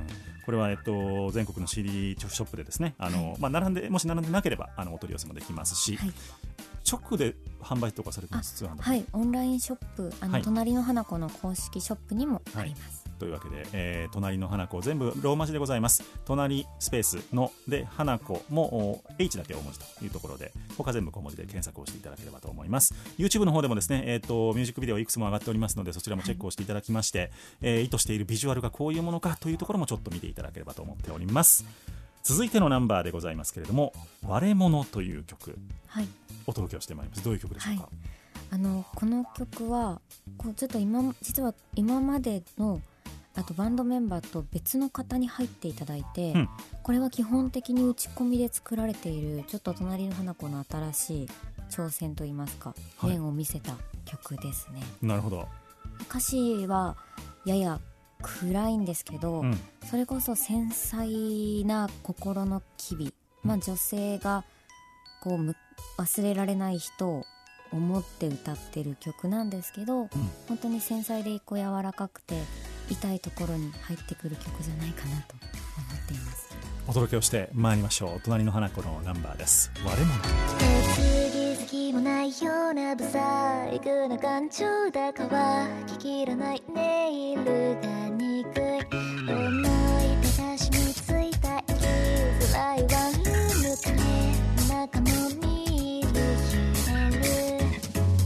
これは、えっと、全国の シーディー ショップでですね、あの、はい、まあ、並んでもし並んでなければあのお取り寄せもできますし、はい、直で販売とかされてます？通販で。 はい、オンラインショップ、あの、はい、隣の花子の公式ショップにもあります、 はい、というわけで、えー、隣の花子全部ローマ字でございます。隣スペースので花子も H だけ大文字というところで、他全部小文字で検索をしていただければと思います。 YouTube の方でもですね、えー、とミュージックビデオいくつも上がっておりますので、そちらもチェックをしていただきまして、はい、えー、意図しているビジュアルがこういうものかというところもちょっと見ていただければと思っております。続いてのナンバーでございますけれども、割れ物という曲、はい、お届けをしてまいります。どういう曲でしょうか？はい、 あのこの曲はこうちょっと今実は今までのあとバンドメンバーと別の方に入っていただいて、うん、これは基本的に打ち込みで作られているちょっと隣の花子の新しい挑戦といいますか、はい、面を見せた曲ですね。 なるほど。 歌詞はやや暗いんですけど、うん、それこそ繊細な心の機微、まあ、女性がこう忘れられない人を思って歌ってる曲なんですけど、うん、本当に繊細でこう柔らかくて痛いところに入ってくる曲じゃないかなと思っています。 お届けをしてまいりましょう。隣の花子のナンバーです。割れ物。 次々もないようなブサイクな感情だかは聞きらないネイルが憎い思い出が染みついた生きづらいワンルーム影中も見る揺れる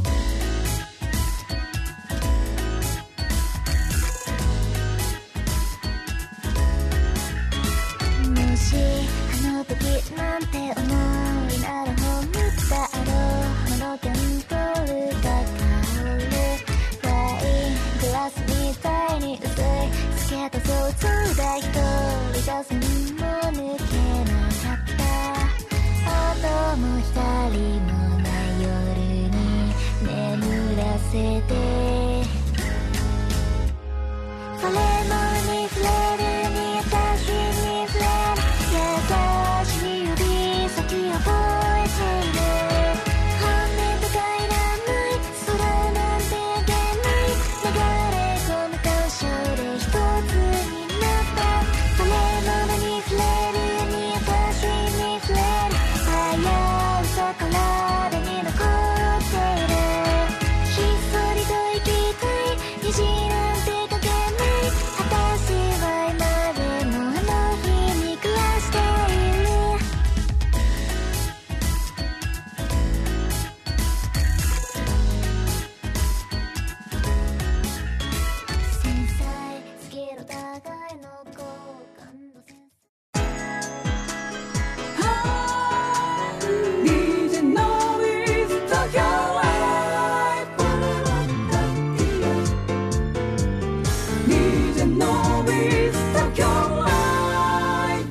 もしあの時なんて思いならほんだろう花のキャンドルが香るワイングラスみたいに薄い透けた想像だ一人じゃ線も抜けなかった音も光もない夜に眠らせてそれもに触れるに優しいに触れる優しい指先を覚えている本音とかいらない空なんてあげない流れ込む感傷で一つになったそれものに触れるに優しいに触れる危うさ体に残っているひっそりと生きたい虹なんてかけない私は今でもあの日に暮らしている繊細すぎる互いの好感度繊細ディージェー の with Tokyo Life ディージェー の with Tokyo Life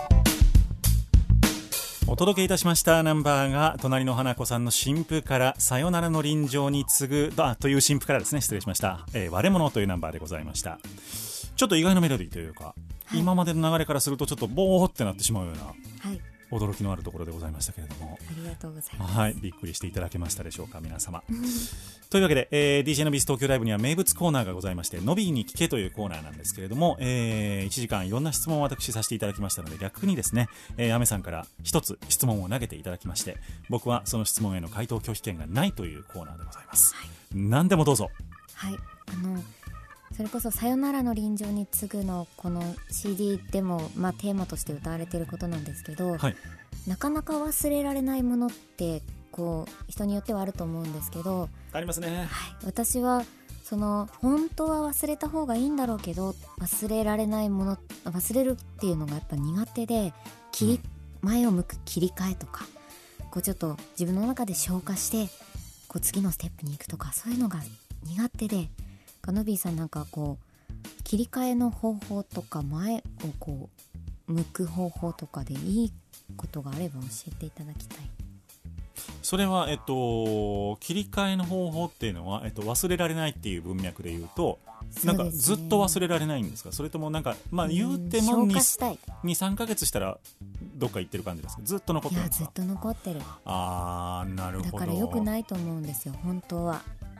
お届けいたしましたナンバーが隣の花子さんの新譜からさよならの臨場に次ぐあという新譜からですね、失礼しました、えー、割れ物というナンバーでございました。ちょっと意外なメロディーというか、はい、今までの流れからするとちょっとボーってなってしまうような、はい、驚きのあるところでございましたけれども、 ありがとうございます。 はい、びっくりしていただけましたでしょうか皆様というわけで、えー、ディージェー のビース東京ライブには名物コーナーがございまして、のびーに聞けというコーナーなんですけれども、えー、いちじかんいろんな質問を私させていただきましたので、逆にですね、えー、アメさんから一つ質問を投げていただきまして、僕はその質問への回答拒否権がないというコーナーでございます、はい、何でもどうぞ。 はい、あのそれこそさよならの臨場に次ぐのこの シーディー でも、まあ、テーマとして歌われていることなんですけど、はい、なかなか忘れられないものってこう人によってはあると思うんですけど、 ありますね、はい、 私はその本当は忘れた方がいいんだろうけど忘れられないもの、忘れるっていうのがやっぱ苦手で、切り、うん、前を向く切り替えとかこうちょっと自分の中で消化してこう次のステップに行くとか、そういうのが苦手で、のびーさんなんかこう切り替えの方法とか前をこう向く方法とかでいいことがあれば教えていただきたい。 それは、えっと、切り替えの方法っていうのは、えっと、忘れられないっていう文脈で言うと、なんかずっと忘れられないんですか？それともなんか、まあ、言うても にさんかげつしたらどっか行ってる感じですか？ずっと残ってるんですか？ いやずっと残ってる。 あー、なるほど。 だから良くないと思うんですよ本当は。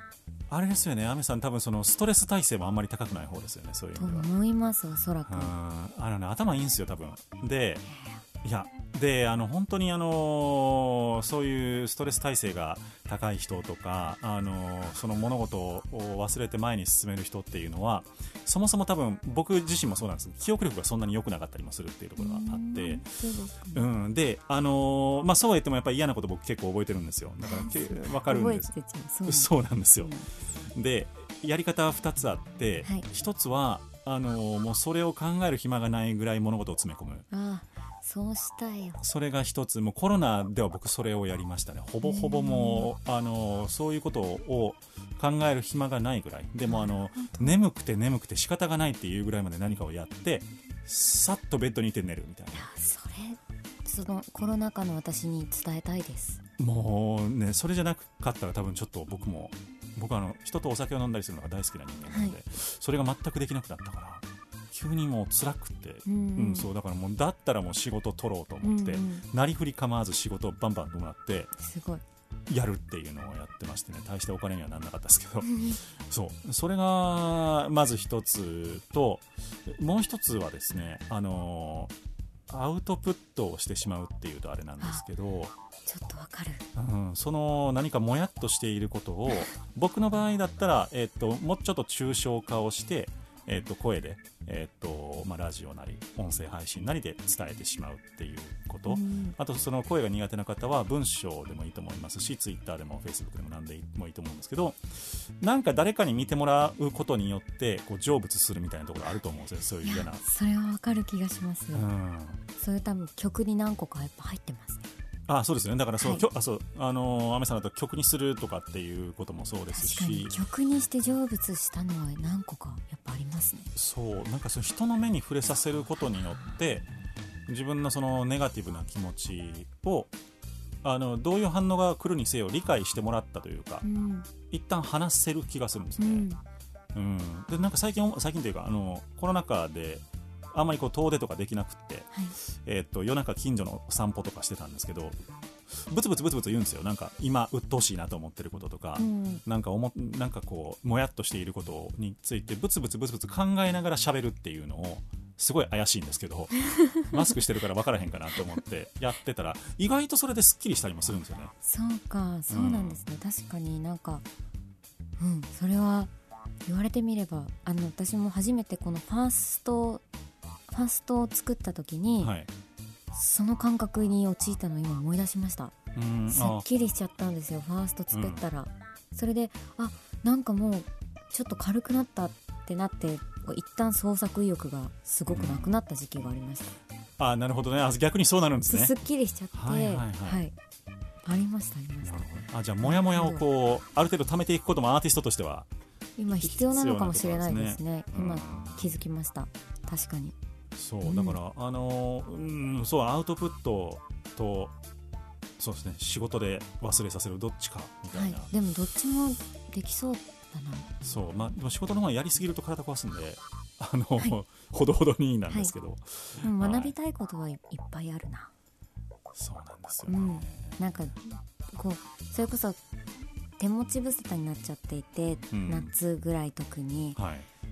あれですよね、アメさん多分そのストレス耐性もあんまり高くない方ですよね、そういう意味では。 と思います、おそらく。 あの、ね、頭いいんですよ多分で、いやであの本当にあのそういうストレス耐性が高い人とか、あのその物事を忘れて前に進める人っていうのはそもそも多分僕自身もそうなんですけど、記憶力がそんなに良くなかったりもするっていうところがあって、うん、うん、で、あのまあ、そうは言ってもやっぱり嫌なこと僕結構覚えてるんですよ。だから分かるんです。そう、そうなんですよ。でやり方はふたつあって、はい、ひとつはあのもうそれを考える暇がないぐらい物事を詰め込む。 ああ、そうしたいよ。 それが一つ。もうコロナでは僕それをやりましたね。ほぼほぼもうあのそういうことを考える暇がないぐらいでも、あの眠くて眠くて仕方がないっていうぐらいまで何かをやってさっとベッドにいて寝るみたいな。いや、 それそのコロナ禍の私に伝えたいです。 もうね、それじゃなかったら多分ちょっと僕も僕はあの人とお酒を飲んだりするのが大好きな人間なので、はい、それが全くできなくなったから急にもう辛くて、うんうんうん、そうだからもうだったらもう仕事取ろうと思って、うんうん、なりふり構わず仕事をバンバンともらってすごいやるっていうのをやってましてね、大してお金にはならなかったですけどそうそれがまず一つと、もう一つはですね、あのー、アウトプットをしてしまうっていうとあれなんですけど、 ちょっとわかる、 うん、その何かもやっとしていることを僕の場合だったら、えー、っともうちょっと抽象化をしてえー、と声で、えーとまあ、ラジオなり音声配信なりで伝えてしまうっていうこと、うん、あとその声が苦手な方は文章でもいいと思いますし、ツイッターでもフェイスブックでも何でもいいと思うんですけど、なんか誰かに見てもらうことによってこう成仏するみたいなところあると思うんですよ、そういう嫌な。 それはわかる気がします、うん、それ多分曲に何個かやっぱ入ってますね。 ああ、そうですね。だからそう、はい、あそうあのー、アメさんだと曲にするとかっていうこともそうですし、 確かに曲にして成仏したのは何個かやっぱありますね。 そうなんかその人の目に触れさせることによって自分のそのネガティブな気持ちをあのどういう反応が来るにせよ理解してもらったというか、うん、一旦話せる気がするんですね、うんうん、でなんか最近最近というかあのコロナ禍であんまりこう遠出とかできなくって、はい、えー、っと夜中近所の散歩とかしてたんですけど、ブツブツブツブツ言うんですよ。なんか今鬱陶しいなと思ってることとか、うん、なんかおもなんかこうもやっとしていることについてブツブツブツブツ考えながら喋るっていうのをすごい怪しいんですけどマスクしてるから分からへんかなと思ってやってたら意外とそれですっきりしたりもするんですよね。 そうか、そうなんですね、うん、確かになんか、うん、それは言われてみればあの私も初めてこのファーストファーストを作った時に、はい、その感覚に陥ったのを今思い出しました。うん、すっきりしちゃったんですよ、ファースト作ったら、うん、それであなんかもうちょっと軽くなったってなって一旦創作意欲がすごくなくなった時期がありました、 うん、あなるほどね。あ逆にそうなるんですね。 すっきりしちゃって、はいはいはいはい、ありましたありました。なるほど。あじゃあモヤモヤをこうある程度貯めていくこともアーティストとしては今必要なのかもしれないですね。今気づきました。確かにそうだから、うん、あのうんそうアウトプットとそうですね仕事で忘れさせるどっちかみたいな、 はい、でもどっちもできそうだな。 そうまあでも仕事の方がやりすぎると体壊すんであの、はい、ほどほどになんですけど、はい、 でも学びたいことはいっぱいあるな。 そうなんですよね、うん、 なんかこうそれこそ手持ち無沙汰になっちゃっていて、うん、夏ぐらい特に、はい、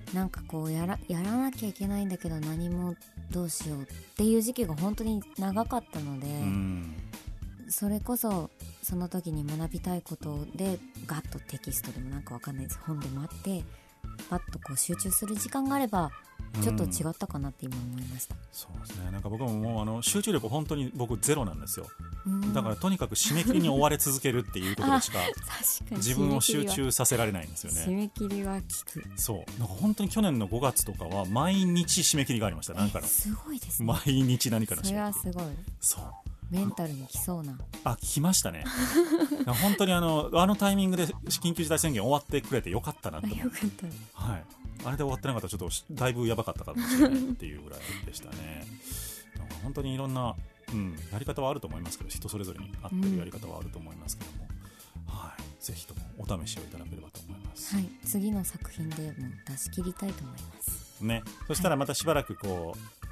なんかこうやら、やらなきゃいけないんだけど何もどうしようっていう時期が本当に長かったので、うん、それこそその時に学びたいことでガッとテキストでもなんかわかんないです本でもあってパッとこう集中する時間があればちょっと違ったかなって今思いました、うん、 そうですね。なんか僕ももうあの集中力本当に僕ゼロなんですよ。だからとにかく締め切りに追われ続けるっていうことでしか自分を集中させられないんですよね。 締め切りはきつい。 そうなんか本当に去年のごがつとかは毎日締め切りがありました。なんかのすごいですね。 毎日何かの締め切り。 それはすごい。 そうメンタルにきそうな。 あ来ましたね本当にあのあのタイミングで緊急事態宣言終わってくれてよかったなと思って。 よかった、 はい、あれで終わってなかったらちょっとだいぶやばかったかもしれないっていうぐらいでしたねなんか本当にいろんな、うん、やり方はあると思いますけど人それぞれに合ってるやり方はあると思いますけども、うんはい、ぜひともお試しをいただければと思います、 はい、次の作品でも出し切りたいと思いますね。そしたらまたしばらくこう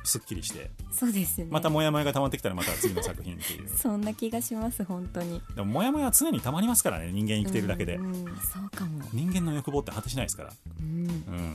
すっきりしてそうですね、 またモヤモヤが溜まってきたらまた次の作品っていうそんな気がします本当に。 でもモヤモヤは常に溜まりますからね、人間生きているだけで、 うんうん、そうかも。 人間の欲望って果てしないですから、 うんうん、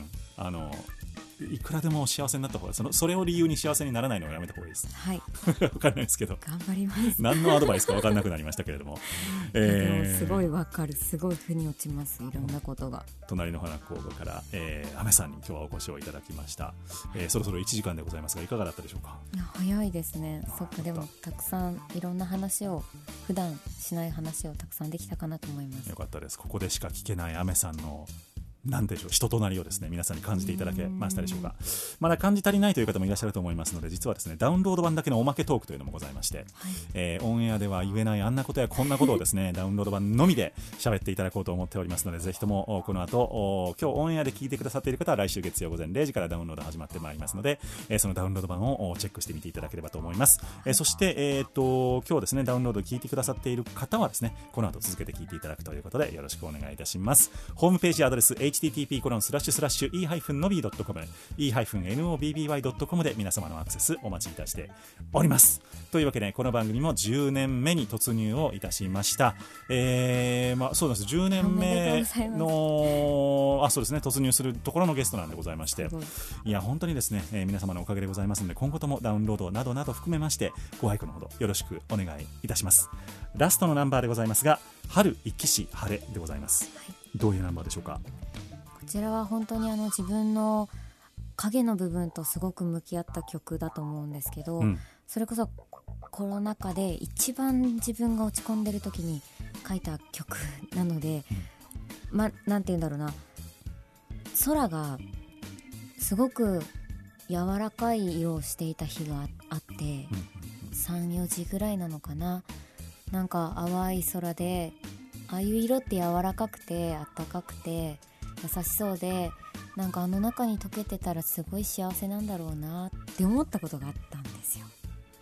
あのいくらでも幸せになった方が そのそれを理由に幸せにならないのはやめた方がいいです。 はい分かんないですけど頑張ります何のアドバイスか分かんなくなりましたけれども、 えー、でもすごい分かる、すごい腑に落ちます、いろんなことが。 隣の花工房から、えー、アメさんに今日はお越しをいただきました、えー、そろそろいちじかんでございますがいかがだったでしょうか。 いや早いですね。そっか、でもたくさんいろんな話を、普段しない話をたくさんできたかなと思います。 よかったです。ここでしか聞けないアメさんのなんでしょう、人となりをですね皆さんに感じていただけましたでしょうか。まだ感じ足りないという方もいらっしゃると思いますので、実はですねダウンロード版だけのおまけトークというのもございまして、はい、えー、オンエアでは言えないあんなことやこんなことをですねダウンロード版のみで喋っていただこうと思っておりますので、ぜひともこの後今日オンエアで聞いてくださっている方は来週月曜午前れいじからダウンロード始まってまいりますので、えー、そのダウンロード版をチェックしてみていただければと思います。えー、そして、えー、と今日ですねダウンロード聞いてくださっている方はですねこの後続けて聞いていただくということでよろしくお願いいたします。ホームページアドレス エイチティーティーピーコロンスラッシュスラッシュイーハイフンノビードットコム イーハイフンノビーワイドットコム で皆様のアクセスお待ちいたしております。というわけでこの番組もじゅうねんめに突入をいたしました。えーまあ、そうなんです、じゅうねんめのあそうですね突入するところのゲストなんでございまして、いや本当にですね、えー、皆様のおかげでございますので今後ともダウンロードなどなど含めましてご愛顧のほどよろしくお願いいたします。ラストのナンバーでございますが、春一騎士晴れでございます。はい、どういうナンバーでしょうか。 こちらは本当にあの自分の影の部分とすごく向き合った曲だと思うんですけど、うん、それこそコロナ禍で一番自分が落ち込んでる時に書いた曲なので、うん、ま、なんて言うんだろうな、空がすごく柔らかい色をしていた日があって、うん、さん、よじぐらいなのかな、なんか淡い空でああいう色って柔らかくてあったかくて優しそうで、なんかあの中に溶けてたらすごい幸せなんだろうなって思ったことがあったんですよ。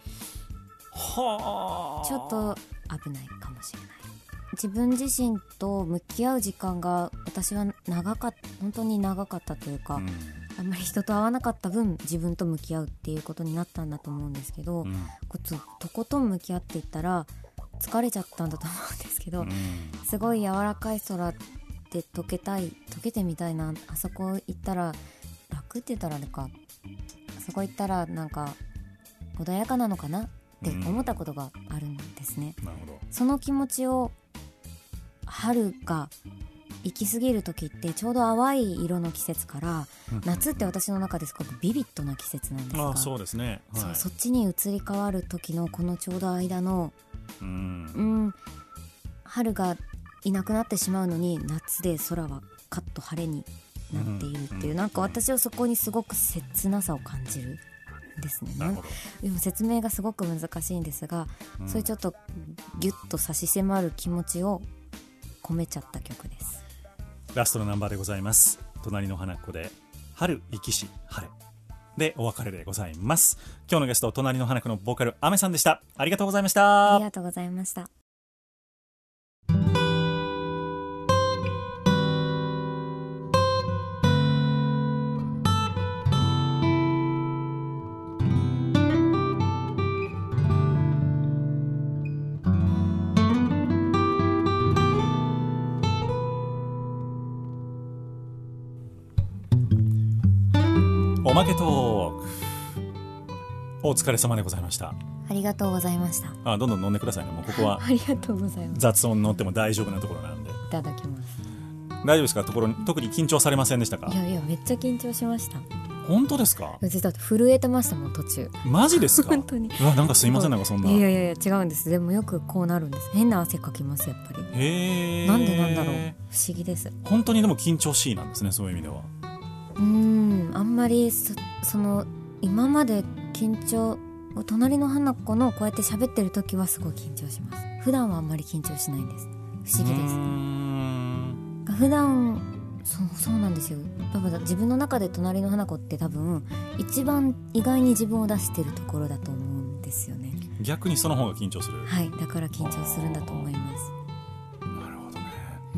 はあ、ちょっと危ないかもしれない。自分自身と向き合う時間が私は長かった、本当に長かったというか、うん、あんまり人と会わなかった分自分と向き合うっていうことになったんだと思うんですけど、うん、こととことん向き合っていったら疲れちゃったんだと思うんですけど、うん、すごい柔らかい空で溶けたい、溶けてみたいな、あそこ行ったら楽って言ったらあれか、あそこ行ったらなんか穏やかなのかなって思ったことがあるんですね。 うん、なるほど。 その気持ちを春が行き過ぎる時ってちょうど淡い色の季節から、うん、夏って私の中ですごくビビッドな季節なんですが、 あ、そうですね、はい、 そう、そっちに移り変わる時のこのちょうど間の、うん、うん、春がいなくなってしまうのに夏で空はカッと晴れになっているっていう、うんうん、なんか私はそこにすごく切なさを感じるんですね。 なるほど。 でも説明がすごく難しいんですが、うん、そういうちょっとギュッと差し迫る気持ちを込めちゃった曲です。 ラストのナンバーでございます。隣の花子で春生きし晴れでお別れでございます。今日のゲスト隣の花子のボーカルアメさんでした。ありがとうございました。 ありがとうございました。 おまけトーク、お疲れ様でございました。 ありがとうございました。 あ、どんどん飲んでくださいね。もうここはありがとうございます。 雑音乗っても大丈夫なところなんで。いただきます。 大丈夫ですか。ところ特に緊張されませんでしたか。 いやいや、めっちゃ緊張しました。 本当ですか。 私だって震えてましたもん途中。 マジですか。 本当に。 うわ、なんかすいません、なんかそんな。 いやいやいや違うんです。でもよくこうなるんです。変な汗かきますやっぱり。 へー、 なんでなんだろう、不思議です。 本当にでも緊張しいなんですね、そういう意味では。 うーん、あんまり そ, その今まで緊張、隣の花子のこうやって喋ってる時はすごい緊張します。普段はあんまり緊張しないんです。不思議です。うーん、普段そうそうなんですよ。多分自分の中で隣の花子って多分一番意外に自分を出してるところだと思うんですよね。 逆にその方が緊張する。 はい、だから緊張するんだと思います。 なるほどね。 うん、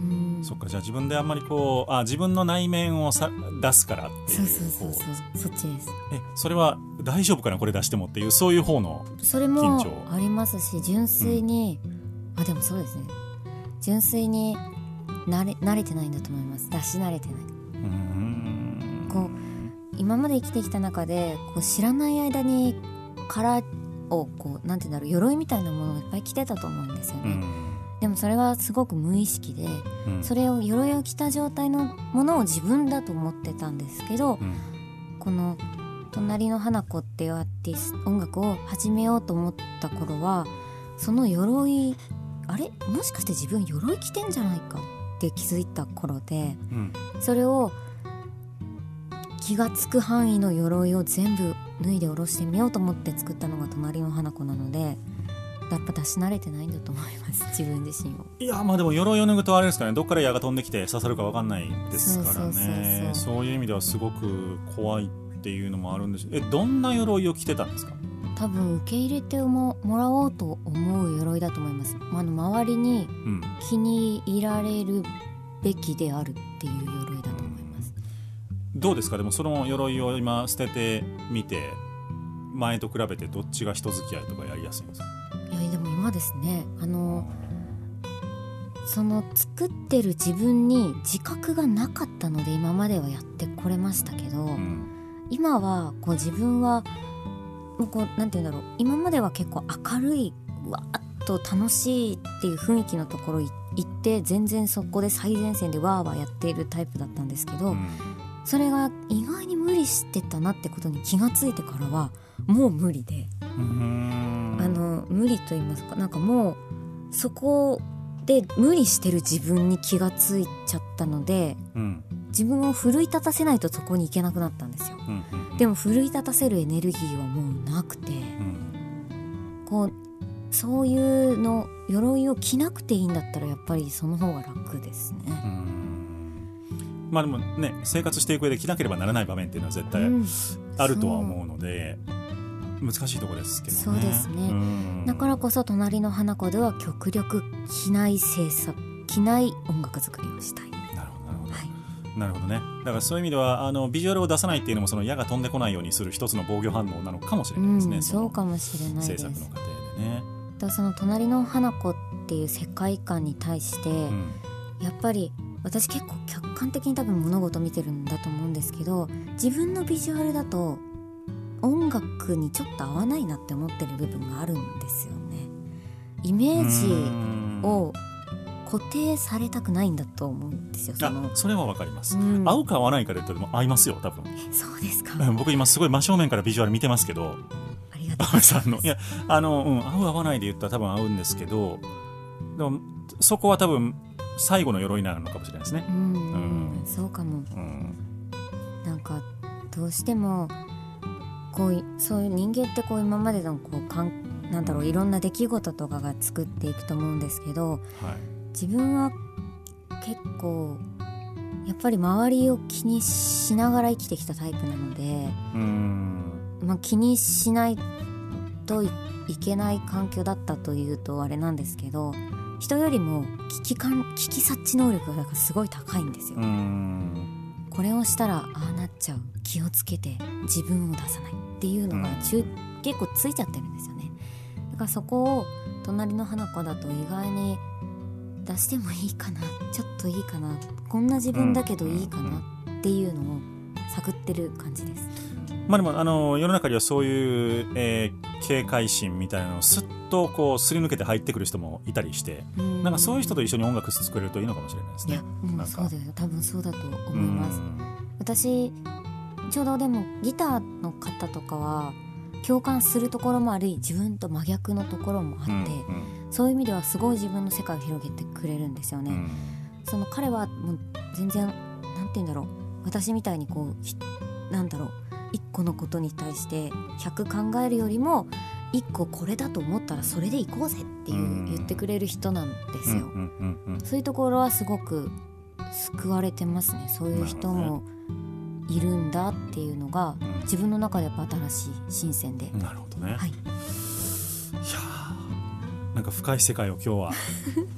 そっか、じゃあ自分であんまりこうあ自分の内面をさ出すからっていう、 そうそうそうそう、そっちです。 えそれは大丈夫かなこれ出してもっていうそういう方の緊張それもありますし、純粋に、うん、あでもそうですね、純粋に慣れ、慣れてないんだと思います。出し慣れてない。うーんこう今まで生きてきた中でこう知らない間に殻をこうなんていうんだろう、鎧みたいなものをいっぱい着てたと思うんですよね。でもそれはすごく無意識で、うん、それを鎧を着た状態のものを自分だと思ってたんですけど、うん、この隣の花子っていうアーティスト音楽を始めようと思った頃は、その鎧あれもしかして自分鎧着てんじゃないかって気づいた頃で、うん、それを気がつく範囲の鎧を全部脱いで下ろしてみようと思って作ったのが隣の花子なので、やっぱ出し慣れてないんだと思います自分自身を。いやまあでも鎧を脱ぐとあれですかね、どっから矢が飛んできて刺さるか分かんないですからね。そうそうそうそう、そういう意味ではすごく怖いっていうのもあるんです。えどんな鎧を着てたんですか？ 多分受け入れてもらおうと思う鎧だと思います。あの周りに気に入られるべきであるっていう鎧だと思います。 うん、どうですか？でもその鎧を今捨ててみて前と比べてどっちが人付き合いとかやりやすいんですか？ いやでも今ですね、あのその作ってる自分に自覚がなかったので今まではやってこれましたけど、うん、今はこう自分はもうこうなんていうんだろう、今までは結構明るいわーっと楽しいっていう雰囲気のところ行って全然そこで最前線でわーわーやっているタイプだったんですけど、うん、それが意外に無理してたなってことに気がついてからはもう無理で、うーんあの無理と言いますか、なんかもうそこで無理してる自分に気がついちゃったので、うん、自分を奮い立たせないとそこに行けなくなったんですよ。うんうんうん、でも奮い立たせるエネルギーはもうなくて、うん、こうそういうの鎧を着なくていいんだったらやっぱりその方が楽ですね。うん、 まあでもね、生活していく上で着なければならない場面っていうのは絶対あるとは思うので、うん、難しいところですけどね。 そうですね、うん、だからこそ隣の花子では極力着ない制作着ない音楽作りをしたい。 なるほどなるほど、はい、なるほどね。だからそういう意味ではあのビジュアルを出さないっていうのもその矢が飛んでこないようにする一つの防御反応なのかもしれないですね。 うん、そうかもしれないです。 制作の過程でね。 だからその隣の花子っていう世界観に対して、うん、やっぱり私結構客観的に多分物事見てるんだと思うんですけど、自分のビジュアルだと音楽にちょっと合わないなって思ってる部分があるんですよね。イメージを固定されたくないんだと思うんですよ。 そのあそれは分かります、うん、合うか合わないかで言ったら合いますよ多分。 そうですか。 僕今すごい真正面からビジュアル見てますけど、 ありがとうございます。 のいやあの、うん、合う合わないで言ったら多分合うんですけど、でもそこは多分最後の鎧なのかもしれないですね。うん、 うん、そうかも、うん、なんかどうしてもこうそういう人間ってこう今までのこうかんなんだろういろんな出来事とかが作っていくと思うんですけど、はい、自分は結構やっぱり周りを気にしながら生きてきたタイプなので、うーん、まあ、気にしないと い, いけない環境だったというとあれなんですけど、人よりも危機感危機察知能力がすごい高いんですよ。うーん、これをしたらああなっちゃう、気をつけて自分を出さないっていうのが中結構ついちゃってるんですよね。だからそこを隣の花子だと意外に出してもいいかな、ちょっといいかな、こんな自分だけどいいかなっていうのを探ってる感じです。 まあでもあの世の中にはそういう、えー、警戒心みたいなのをスッとこうすり抜けて入ってくる人もいたりして、んなんかそういう人と一緒に音楽作れるといいのかもしれないですね。いや、うん、そうだよ、多分そうだと思います。私ちょうどでもギターの方とかは共感するところもあり自分と真逆のところもあって、うんうん、そういう意味ではすごい自分の世界を広げてくれるんですよね。うん、その彼はもう全然なんて言うんだろう、私みたいにこうなんだろう一個のことに対してひゃく考えるよりも一個これだと思ったらそれでいこうぜっていう言ってくれる人なんですよ。そういうところはすごく救われてますね。そういう人もいるんだっていうのが自分の中でやっぱ新しい新鮮で。 なるほどね、 はい、いやなんか深い世界を今日は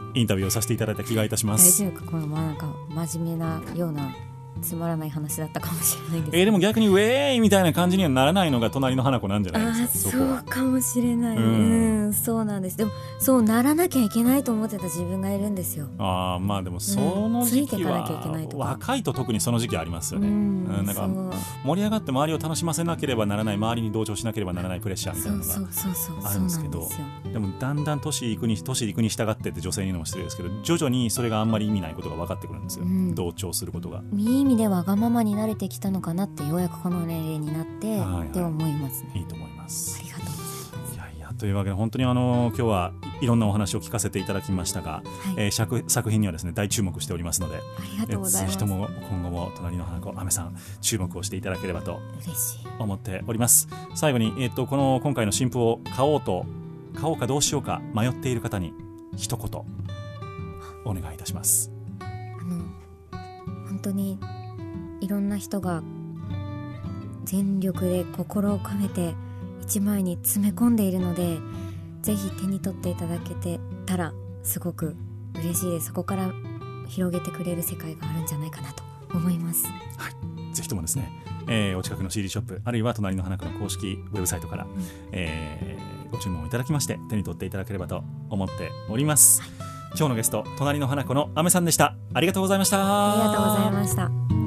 インタビューをさせていただいた気がいたします。 大丈夫か、このまあなんか真面目なようなつまらない話だったかもしれないです、 えー、でも逆にウェーイみたいな感じにはならないのが隣の花子なんじゃないですか。 あそそうかもしれない、うん、うん、そうなんです。でもそうならなきゃいけないと思ってた自分がいるんですよ。 あまあでもその時期は、 うん、ついていかなきゃいけないとか、 若いと特にその時期ありますよね、うんうん、 なんか盛り上がって周りを楽しませなければならない、周りに同調しなければならないプレッシャーみたいなのがあるんですけど、でもだんだん年行くに年行くに従ってって女性に言うのも失礼ですけど、徐々にそれがあんまり意味ないことが分かってくるんですよ、うん、同調することがいい意味でわがままに慣れてきたのかなってようやくこの年齢になって、はいはい、って思いますね。 いいと思います。 ありがとうございます。 いやいやというわけで本当にあの今日はいろんなお話を聞かせていただきましたが、はいえー、作, 作品にはですね大注目しておりますので、 ありがとうございます。 ぜひとも今後も隣の花子あめさん注目をしていただければと思っております。最後に、えー、とこの今回の新譜を買おうと買おうかどうしようか迷っている方に一言お願いいたします。 あの本当にいろんな人が全力で心を込めて一枚に詰め込んでいるので、ぜひ手に取っていただけてたらすごく嬉しいです。そこから広げてくれる世界があるんじゃないかなと思います。 はい、ぜひともですね、えー、お近くの シーディー ショップあるいは隣の花子の公式ウェブサイトから、うんえー、ご注文いただきまして手に取っていただければと思っております。はい、今日のゲスト隣の花子のあめさんでした。ありがとうございました。 ありがとうございました。